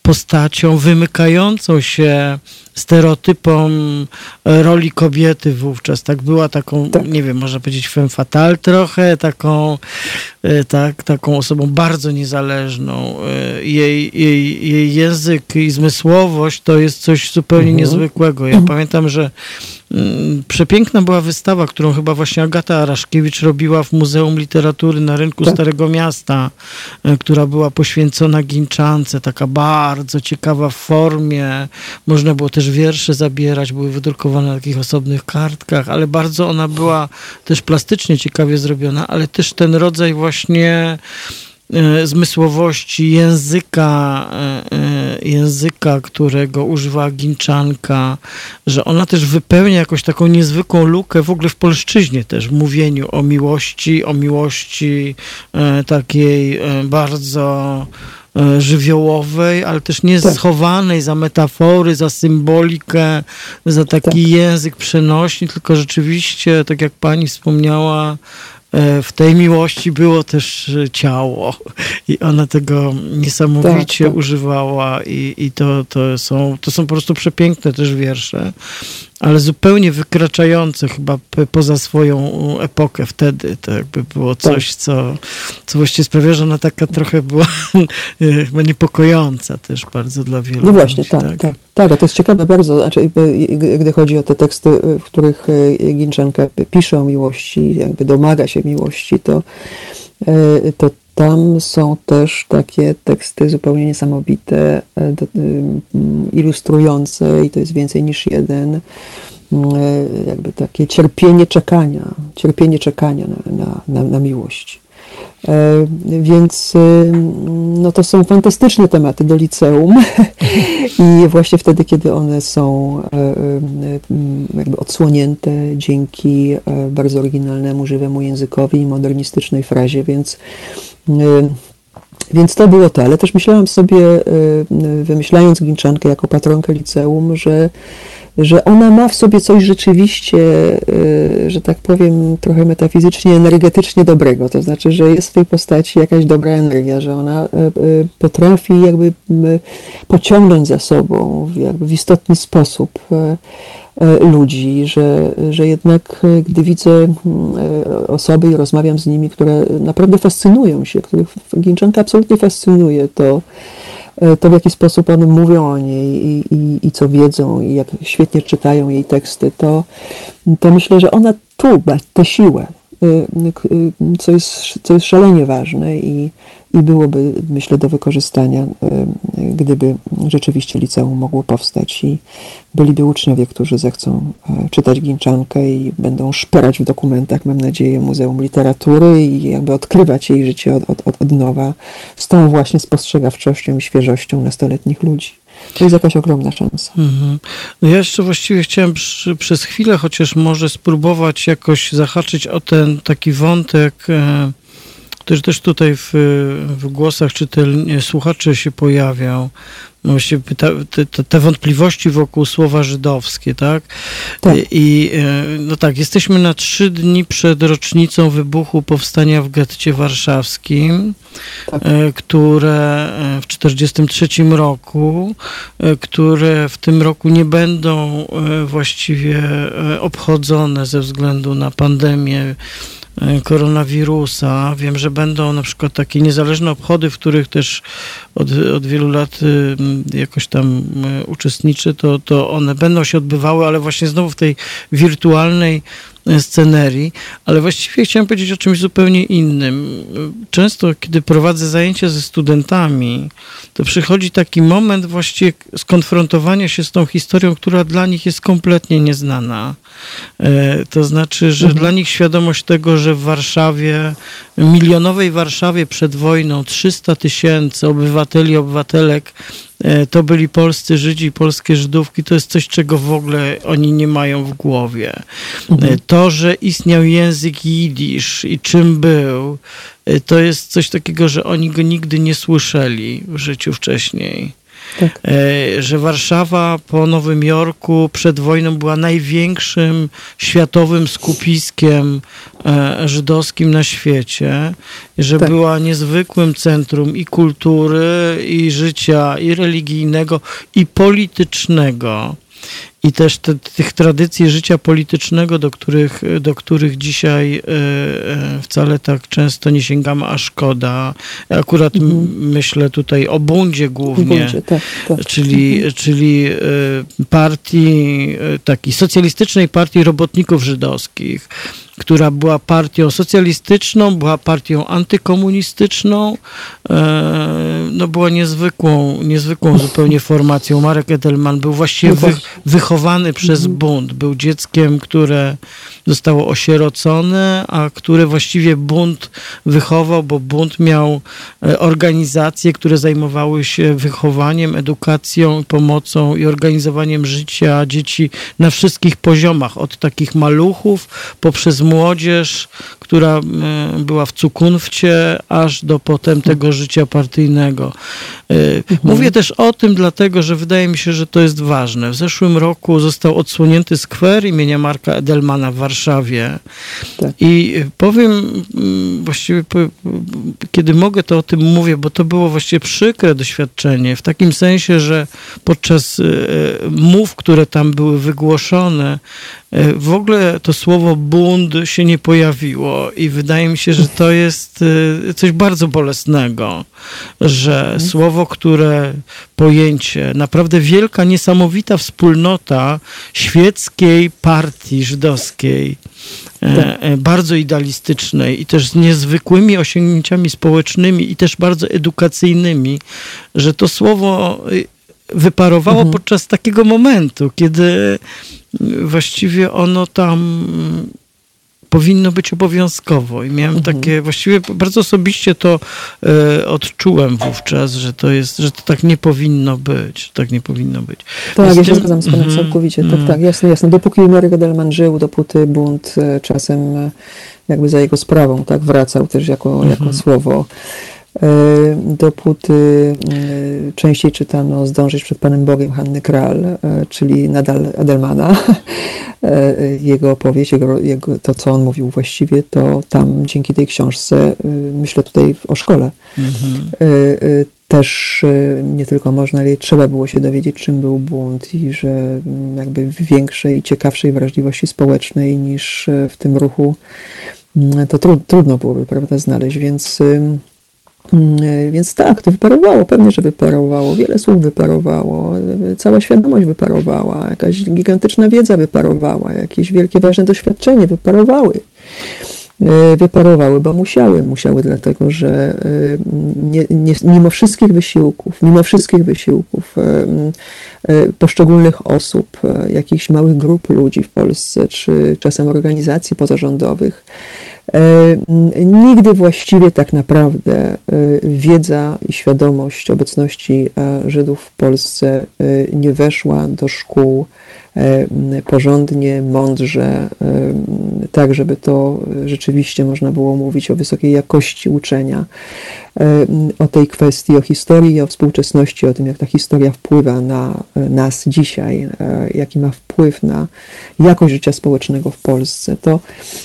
postacią wymykającą się stereotypom roli kobiety wówczas. Tak była taką, tak. nie wiem, można powiedzieć femme fatale trochę, taką, tak, taką osobą bardzo niezależną. Jej, jej, jej język i zmysłowość to jest coś zupełnie mhm. niezwykłego. Ja pamiętam, że przepiękna była wystawa, którą chyba właśnie Agata Araszkiewicz robiła w Muzeum Literatury na Rynku tak. Starego Miasta, która była poświęcona Ginczance, taka bardzo ciekawa w formie. Można było też wiersze zabierać, były wydrukowane na takich osobnych kartkach, ale bardzo ona była też plastycznie ciekawie zrobiona, ale też ten rodzaj właśnie zmysłowości, języka, języka, którego używa Ginczanka, że ona też wypełnia jakąś taką niezwykłą lukę w ogóle w polszczyźnie też, w mówieniu o miłości, o miłości takiej bardzo żywiołowej, ale też nie tak. schowanej za metafory, za symbolikę, za taki tak. język przenośny, tylko rzeczywiście, tak jak pani wspomniała, w tej miłości było też ciało i ona tego niesamowicie tak, tak. używała i, i to, to, są, to są po prostu przepiękne też wiersze, ale zupełnie wykraczające chyba poza swoją epokę wtedy. To jakby było coś, tak. co, co właściwie sprawia, że ona taka trochę była chyba niepokojąca też bardzo dla wielu No właśnie, ludzi, tak, tak. tak. Tak, a to jest ciekawe bardzo, znaczy, gdy chodzi o te teksty, w których Ginczanka pisze o miłości, jakby domaga się miłości, to, to tam są też takie teksty zupełnie niesamowite, ilustrujące i to jest więcej niż jeden, jakby takie cierpienie czekania, cierpienie czekania na, na, na, na miłość. Więc no to są fantastyczne tematy do liceum i właśnie wtedy, kiedy one są jakby odsłonięte dzięki bardzo oryginalnemu, żywemu językowi i modernistycznej frazie, więc Więc to było to, ale też myślałam sobie, wymyślając Ginczankę jako patronkę liceum, że, że ona ma w sobie coś rzeczywiście, że tak powiem, trochę metafizycznie, energetycznie dobrego. To znaczy, że jest w tej postaci jakaś dobra energia, że ona potrafi jakby pociągnąć za sobą jakby w istotny sposób ludzi, że, że jednak gdy widzę osoby i rozmawiam z nimi, które naprawdę fascynują się, których Ginczanka absolutnie fascynuje, to, to w jaki sposób one mówią o niej i, i, i co wiedzą i jak świetnie czytają jej teksty, to, to myślę, że ona tu ma tę siłę, co jest, co jest szalenie ważne i, i byłoby, myślę, do wykorzystania, gdyby rzeczywiście liceum mogło powstać i byliby uczniowie, którzy zechcą czytać Ginczankę i będą szperać w dokumentach, mam nadzieję, Muzeum Literatury i jakby odkrywać jej życie od, od, od nowa z tą właśnie spostrzegawczością i świeżością nastoletnich ludzi. To jest jakaś ogromna szansa. Mhm. No ja jeszcze właściwie chciałem przy, przez chwilę chociaż może spróbować jakoś zahaczyć o ten taki wątek, e, który też tutaj w, w głosach czytel, słuchaczy się pojawiał. No właściwie te, te, te wątpliwości wokół słowa żydowskie, tak? tak? I no tak, jesteśmy na trzy dni przed rocznicą wybuchu powstania w getcie warszawskim, tak. które w czterdziestym trzecim roku, które w tym roku nie będą właściwie obchodzone ze względu na pandemię koronawirusa. Wiem, że będą na przykład takie niezależne obchody, w których też od, od wielu lat jakoś tam uczestniczę, to, to one będą się odbywały, ale właśnie znowu w tej wirtualnej scenerii, ale właściwie chciałem powiedzieć o czymś zupełnie innym. Często, kiedy prowadzę zajęcia ze studentami, to przychodzi taki moment właściwie skonfrontowania się z tą historią, która dla nich jest kompletnie nieznana. To znaczy, że mhm. dla nich świadomość tego, że w Warszawie, milionowej Warszawie przed wojną trzysta tysięcy obywateli, obywatelek to byli polscy Żydzi, polskie Żydówki, to jest coś, czego w ogóle oni nie mają w głowie. Mhm. To, że istniał język jidysz i czym był, to jest coś takiego, że oni go nigdy nie słyszeli w życiu wcześniej. Tak. Że Warszawa po Nowym Jorku przed wojną była największym światowym skupiskiem żydowskim na świecie, że tak. była niezwykłym centrum i kultury, i życia, i religijnego, i politycznego. I też te, tych tradycji życia politycznego, do których, do których dzisiaj y, wcale tak często nie sięgamy, a szkoda. Akurat mhm. m- myślę tutaj o bundzie głównie, bundzie, tak, tak. czyli, mhm. czyli y, partii, y, takiej socjalistycznej partii robotników żydowskich, która była partią socjalistyczną, była partią antykomunistyczną, no była niezwykłą, niezwykłą zupełnie formacją. Marek Edelman był właściwie wy, wychowany przez bunt. Był dzieckiem, które zostało osierocone, a które właściwie bunt wychował, bo bunt miał organizacje, które zajmowały się wychowaniem, edukacją, pomocą i organizowaniem życia dzieci na wszystkich poziomach, od takich maluchów poprzez młodzież, która była w Cukunfcie, aż do potem tego życia partyjnego. Mówię też o tym dlatego, że wydaje mi się, że to jest ważne. W zeszłym roku został odsłonięty skwer imienia Marka Edelmana w Warszawie. Tak. I powiem, właściwie kiedy mogę, to o tym mówię, bo to było właściwie przykre doświadczenie, w takim sensie, że podczas mów, które tam były wygłoszone, w ogóle to słowo bunt się nie pojawiło i wydaje mi się, że to jest coś bardzo bolesnego, że słowo, które pojęcie, naprawdę wielka, niesamowita wspólnota świeckiej partii żydowskiej, tak. bardzo idealistycznej i też z niezwykłymi osiągnięciami społecznymi i też bardzo edukacyjnymi, że to słowo wyparowało mhm. podczas takiego momentu, kiedy właściwie ono tam powinno być obowiązkowo i miałem mhm. takie, właściwie bardzo osobiście to e, odczułem wówczas, że to jest, że to tak nie powinno być, tak nie powinno być. Tak, ja tym... się zgadzam z panem mm, całkowicie, mm. tak, tak, jasne, jasne. Dopóki Marek Edelman żył, dopóty bunt e, czasem e, jakby za jego sprawą, tak, wracał też jako, mm-hmm. jako słowo. Dopóty częściej czytano Zdążyć przed Panem Bogiem Hanny Kral, czyli nadal Edelmana. Jego opowieść, jego, jego, to co on mówił właściwie, to tam dzięki tej książce, myślę tutaj o szkole, mhm. też nie tylko można, ale trzeba było się dowiedzieć, czym był bunt i że jakby większej, ciekawszej wrażliwości społecznej niż w tym ruchu to tru, trudno byłoby, prawda, znaleźć, więc Więc tak, to wyparowało, pewnie, że wyparowało, wiele słów wyparowało, cała świadomość wyparowała, jakaś gigantyczna wiedza wyparowała, jakieś wielkie, ważne doświadczenie wyparowały. Wyparowały, bo musiały, musiały dlatego, że nie, nie, mimo wszystkich wysiłków, mimo wszystkich wysiłków poszczególnych osób, jakichś małych grup ludzi w Polsce, czy czasem organizacji pozarządowych, nigdy właściwie tak naprawdę wiedza i świadomość obecności Żydów w Polsce nie weszła do szkół porządnie, mądrze, tak, żeby to rzeczywiście można było mówić o wysokiej jakości uczenia, o tej kwestii, o historii, o współczesności, o tym, jak ta historia wpływa na nas dzisiaj, jaki ma wpływ na jakość życia społecznego w Polsce. To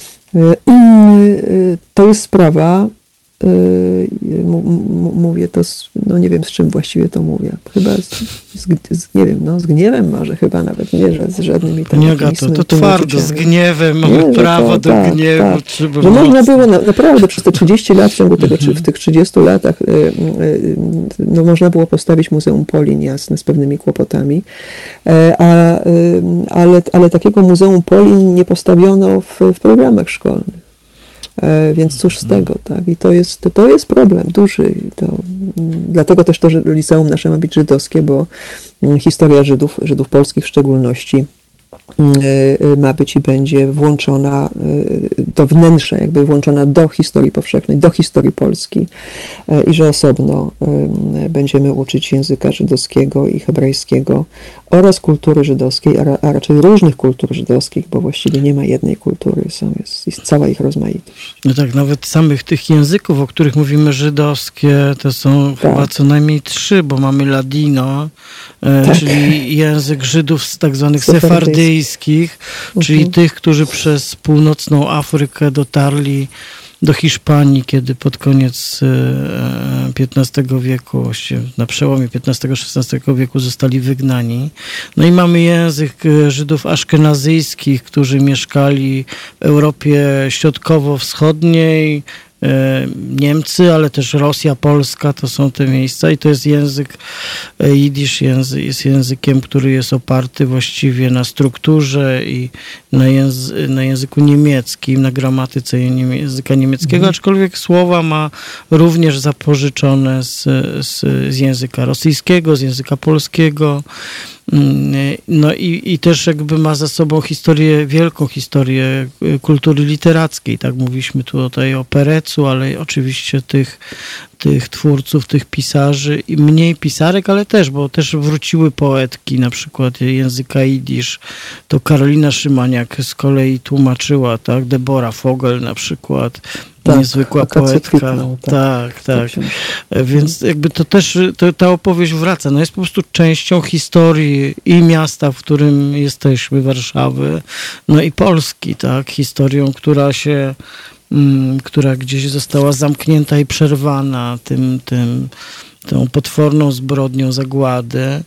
To jest sprawa, mówię to, z, no nie wiem z czym właściwie to mówię, chyba z, z, z nie wiem, no z gniewem może chyba nawet, nie, że z żadnymi tam nie, to, to twardo, z gniewem, mamy nie, prawo to, do tak, gniewu. Tak. Trzeba że można było na, naprawdę przez te trzydzieści lat, w ciągu tego, czy w tych trzydziestu latach, no można było postawić Muzeum Polin, jasne, z pewnymi kłopotami, a, ale, ale takiego Muzeum Polin nie postawiono w, w programach szkolnych. Więc cóż z tego, tak? I to jest, to jest problem duży. To, dlatego też to, że liceum nasze ma być żydowskie, bo historia Żydów, Żydów polskich w szczególności, ma być i będzie włączona do wnętrza, jakby włączona do historii powszechnej, do historii Polski i że osobno będziemy uczyć języka żydowskiego i hebrajskiego oraz kultury żydowskiej, a raczej różnych kultur żydowskich, bo właściwie nie ma jednej kultury, są, jest, jest cała ich rozmaitość. No tak, nawet samych tych języków, o których mówimy żydowskie, to są tak. chyba co najmniej trzy, bo mamy ladino, tak. czyli język Żydów z tak zwanych sefardyjskich, mhm. czyli tych, którzy przez północną Afrykę dotarli do Hiszpanii, kiedy pod koniec piętnastego wieku, właściwie na przełomie piętnastego szesnastego wieku zostali wygnani. No i mamy język Żydów aszkenazyjskich, którzy mieszkali w Europie Środkowo-Wschodniej, Niemcy, ale też Rosja, Polska, to są te miejsca i to jest język, jidysz język, jest językiem, który jest oparty właściwie na strukturze i na, języ, na języku niemieckim, na gramatyce języka niemieckiego, mhm. aczkolwiek słowa ma również zapożyczone z, z, z języka rosyjskiego, z języka polskiego. No i, i też jakby ma za sobą historię, wielką historię kultury literackiej, tak mówiliśmy tu tutaj o Perecu, ale oczywiście tych, tych twórców, tych pisarzy i mniej pisarek, ale też, bo też wróciły poetki, na przykład języka jidysz, to Karolina Szymaniak z kolei tłumaczyła, tak, Debora Fogel na przykład, tak, niezwykła poetka. Kwitną, tak, tak. tak. Więc jakby to też, to, ta opowieść wraca. No jest po prostu częścią historii i miasta, w którym jesteśmy, Warszawy, no i Polski, tak. Historią, która się, m, która gdzieś została zamknięta i przerwana tym, tym, tą potworną zbrodnią zagłady.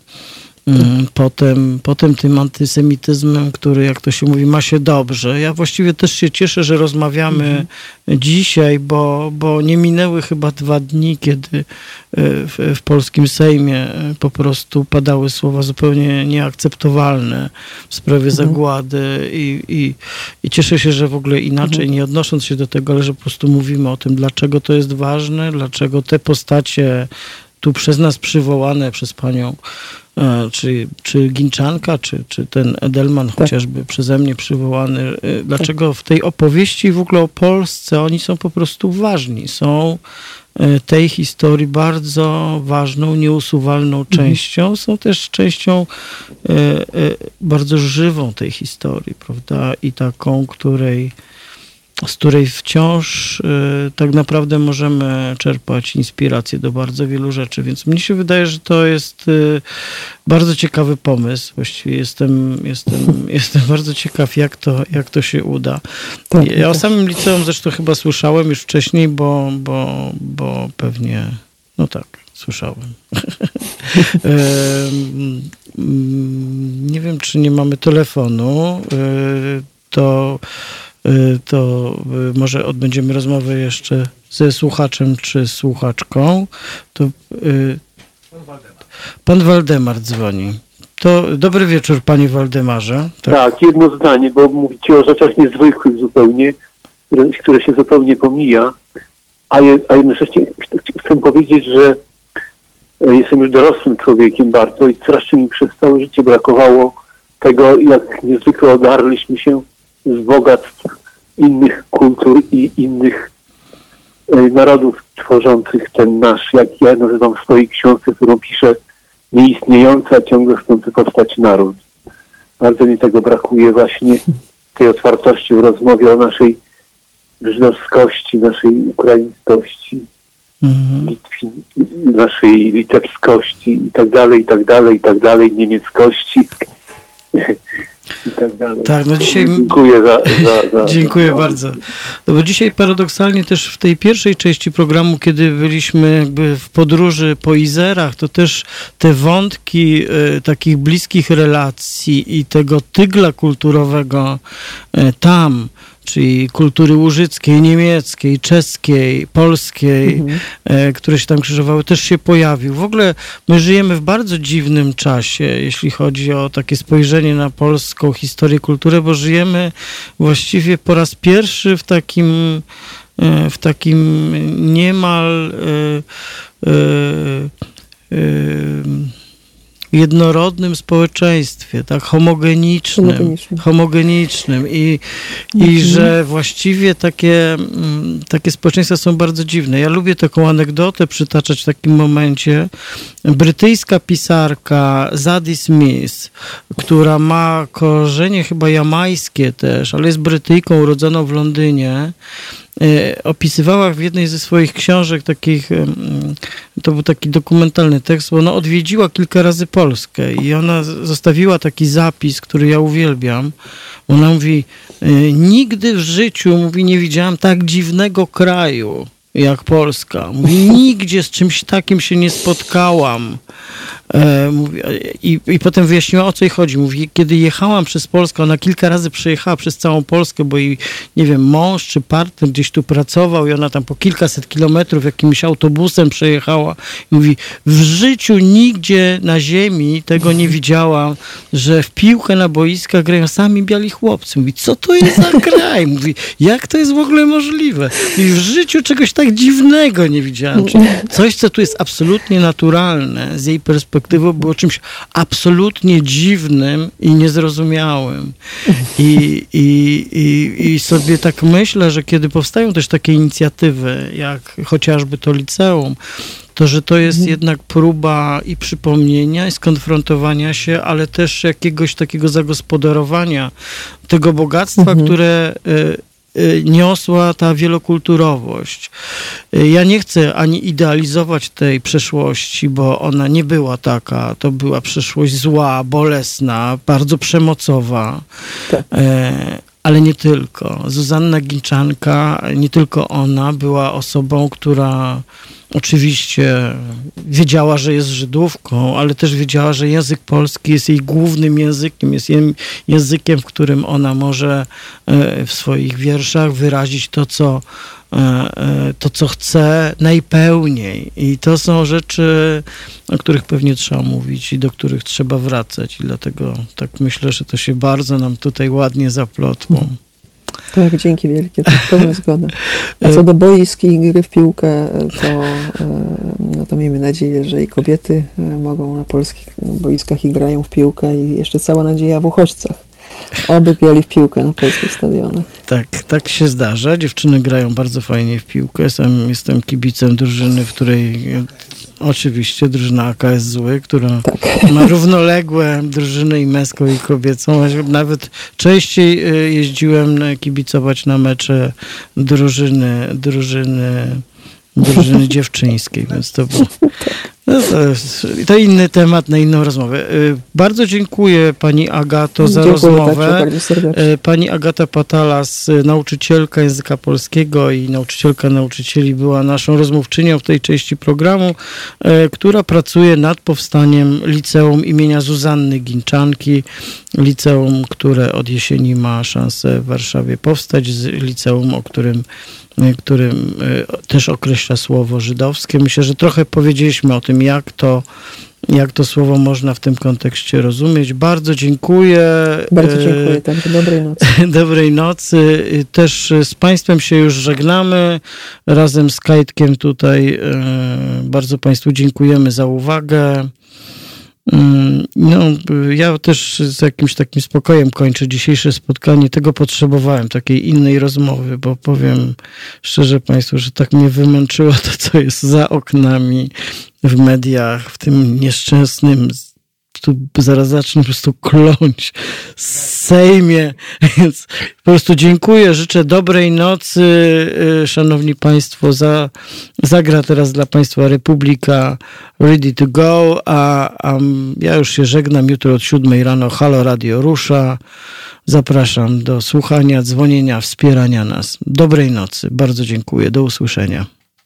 Potem, potem tym antysemityzmem, który, jak to się mówi, ma się dobrze. Ja właściwie też się cieszę, że rozmawiamy mhm. dzisiaj, bo, bo nie minęły chyba dwa dni, kiedy w, w polskim Sejmie po prostu padały słowa zupełnie nieakceptowalne w sprawie mhm. zagłady i, i, i cieszę się, że w ogóle inaczej, mhm. nie odnosząc się do tego, ale że po prostu mówimy o tym, dlaczego to jest ważne, dlaczego te postacie tu przez nas przywołane, przez panią czy, czy Ginczanka, czy, czy ten Edelman tak. chociażby przeze mnie przywołany, dlaczego w tej opowieści i w ogóle o Polsce oni są po prostu ważni, są tej historii bardzo ważną, nieusuwalną mhm. częścią, są też częścią e, e, bardzo żywą tej historii, prawda, i taką, której z której wciąż y, tak naprawdę możemy czerpać inspirację do bardzo wielu rzeczy, więc mnie się wydaje, że to jest y, bardzo ciekawy pomysł. Właściwie jestem, jestem, jestem bardzo ciekaw, jak to, jak to się uda. Tak, ja o samym liceum zresztą chyba słyszałem już wcześniej, bo, bo, bo pewnie, no tak, słyszałem. Nie wiem, czy nie mamy telefonu, to to może odbędziemy rozmowę jeszcze ze słuchaczem czy słuchaczką. To y, pan Waldemar dzwoni. To dobry wieczór, panie Waldemarze. Tak, tak, jedno zdanie, bo mówicie o rzeczach niezwykłych zupełnie, które, które się zupełnie pomija, a, je, a jednocześnie chcę powiedzieć, że jestem już dorosłym człowiekiem bardzo i strasznie mi przez całe życie brakowało tego, jak niezwykle odarliśmy się z bogactw innych kultur i innych e, narodów tworzących ten nasz, jak ja nazywam w swojej książce, którą piszę, nieistniejący, a ciągle chcący powstać naród. Bardzo mi tego brakuje właśnie, tej otwartości w rozmowie o naszej żydowskości, naszej ukraińskości, mhm. Litwi, naszej litewskości i tak dalej, i tak dalej, i tak dalej, niemieckości. I tak dalej. Tak, no dzisiaj... Dziękuję za... za, za Dziękuję za... bardzo. No bo dzisiaj paradoksalnie też w tej pierwszej części programu, kiedy byliśmy jakby w podróży po Izerach, to też te wątki y, takich bliskich relacji i tego tygla kulturowego y, tam, czyli kultury łużyckiej, niemieckiej, czeskiej, polskiej, mhm. e, które się tam krzyżowały, też się pojawił. W ogóle my żyjemy w bardzo dziwnym czasie, jeśli chodzi o takie spojrzenie na polską historię, kulturę, bo żyjemy właściwie po raz pierwszy w takim, e, w takim niemal e, e, e, jednorodnym społeczeństwie, tak, homogenicznym, homogenicznym, homogenicznym. I, mhm. i że właściwie takie, takie społeczeństwa są bardzo dziwne. Ja lubię taką anegdotę przytaczać w takim momencie. Brytyjska pisarka Zadie Smith, która ma korzenie chyba jamajskie też, ale jest Brytyjką urodzoną w Londynie, opisywała w jednej ze swoich książek takich, to był taki dokumentalny tekst, bo ona odwiedziła kilka razy Polskę i ona zostawiła taki zapis, który ja uwielbiam. Ona mówi, nigdy w życiu, mówi, nie widziałam tak dziwnego kraju jak Polska. Mówi, nigdzie z czymś takim się nie spotkałam. E, mówi, i, I potem wyjaśniła, o co jej chodzi. Mówi, kiedy jechałam przez Polskę, ona kilka razy przejechała przez całą Polskę, bo jej, nie wiem, mąż czy partner gdzieś tu pracował i ona tam po kilkaset kilometrów jakimś autobusem przejechała. I mówi, w życiu nigdzie na ziemi tego nie widziałam, że w piłkę na boiskach grają sami biali chłopcy. Mówi, co to jest za kraj? Mówi, jak to jest w ogóle możliwe? I w życiu czegoś tak dziwnego nie widziałam. Czyli coś, co tu jest absolutnie naturalne z jej perspektywy, było czymś absolutnie dziwnym i niezrozumiałym. I, i, i, i sobie tak myślę, że kiedy powstają też takie inicjatywy, jak chociażby to liceum, to, że to jest jednak próba i przypomnienia, i skonfrontowania się, ale też jakiegoś takiego zagospodarowania tego bogactwa, mhm. które niosła ta wielokulturowość. Ja nie chcę ani idealizować tej przeszłości, bo ona nie była taka. To była przeszłość zła, bolesna, bardzo przemocowa. Tak. Ale nie tylko. Zuzanna Ginczanka, nie tylko ona była osobą, która oczywiście wiedziała, że jest Żydówką, ale też wiedziała, że język polski jest jej głównym językiem, jest językiem, w którym ona może w swoich wierszach wyrazić to, co, to, co chce najpełniej. I to są rzeczy, o których pewnie trzeba mówić i do których trzeba wracać. I dlatego tak myślę, że to się bardzo nam tutaj ładnie zaplotło. Tak, dzięki wielkie, to pełna zgoda. A co do boisk i gry w piłkę, to, no to miejmy nadzieję, że i kobiety mogą na polskich boiskach i grają w piłkę i jeszcze cała nadzieja w uchodźcach. Oby grali w piłkę na polskich stadionach. Tak, tak się zdarza. Dziewczyny grają bardzo fajnie w piłkę. Sam jestem kibicem drużyny, w której oczywiście drużyna A K S Zły, która tak. ma równoległe drużyny i męską i kobiecą. Nawet częściej jeździłem kibicować na mecze drużyny, drużyny, drużyny dziewczyńskiej, więc to było... No to, to inny temat na inną rozmowę. Bardzo dziękuję pani Agato za dziękuję rozmowę. Pani Agata Patalas, nauczycielka języka polskiego i nauczycielka nauczycieli, była naszą rozmówczynią w tej części programu, która pracuje nad powstaniem liceum imienia Zuzanny Ginczanki. Liceum, które od jesieni ma szansę w Warszawie powstać, liceum, o którym którym też określa słowo żydowskie. Myślę, że trochę powiedzieliśmy o tym, jak to, jak to słowo można w tym kontekście rozumieć. Bardzo dziękuję. Bardzo dziękuję. Także dobrej nocy. Dobrej nocy. Też z Państwem się już żegnamy. Razem z Kajtkiem tutaj bardzo Państwu dziękujemy za uwagę. No, ja też z jakimś takim spokojem kończę dzisiejsze spotkanie. Tego potrzebowałem, takiej innej rozmowy, bo powiem szczerze Państwu, że tak mnie wymęczyło to, co jest za oknami w mediach, w tym nieszczęsnym, tu zaraz zacznę po prostu kląć w Sejmie, więc po prostu dziękuję, życzę dobrej nocy, szanowni Państwo, za, zagra teraz dla Państwa Republika Ready to Go, a, a ja już się żegnam, jutro od siódmej rano Halo Radio rusza, zapraszam do słuchania, dzwonienia, wspierania nas. Dobrej nocy, bardzo dziękuję, do usłyszenia.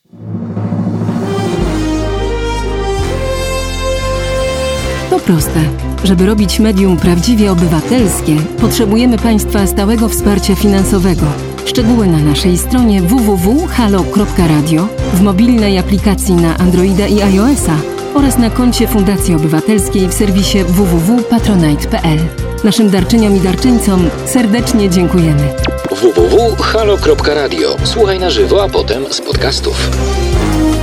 To proste. Żeby robić medium prawdziwie obywatelskie, potrzebujemy Państwa stałego wsparcia finansowego. Szczegóły na naszej stronie w w w kropka halo kropka radio, w mobilnej aplikacji na Androida i iOS-a oraz na koncie Fundacji Obywatelskiej w serwisie w w w kropka patronite kropka p l. Naszym darczyniom i darczyńcom serdecznie dziękujemy. w w w kropka halo kropka radio. Słuchaj na żywo, a potem z podcastów.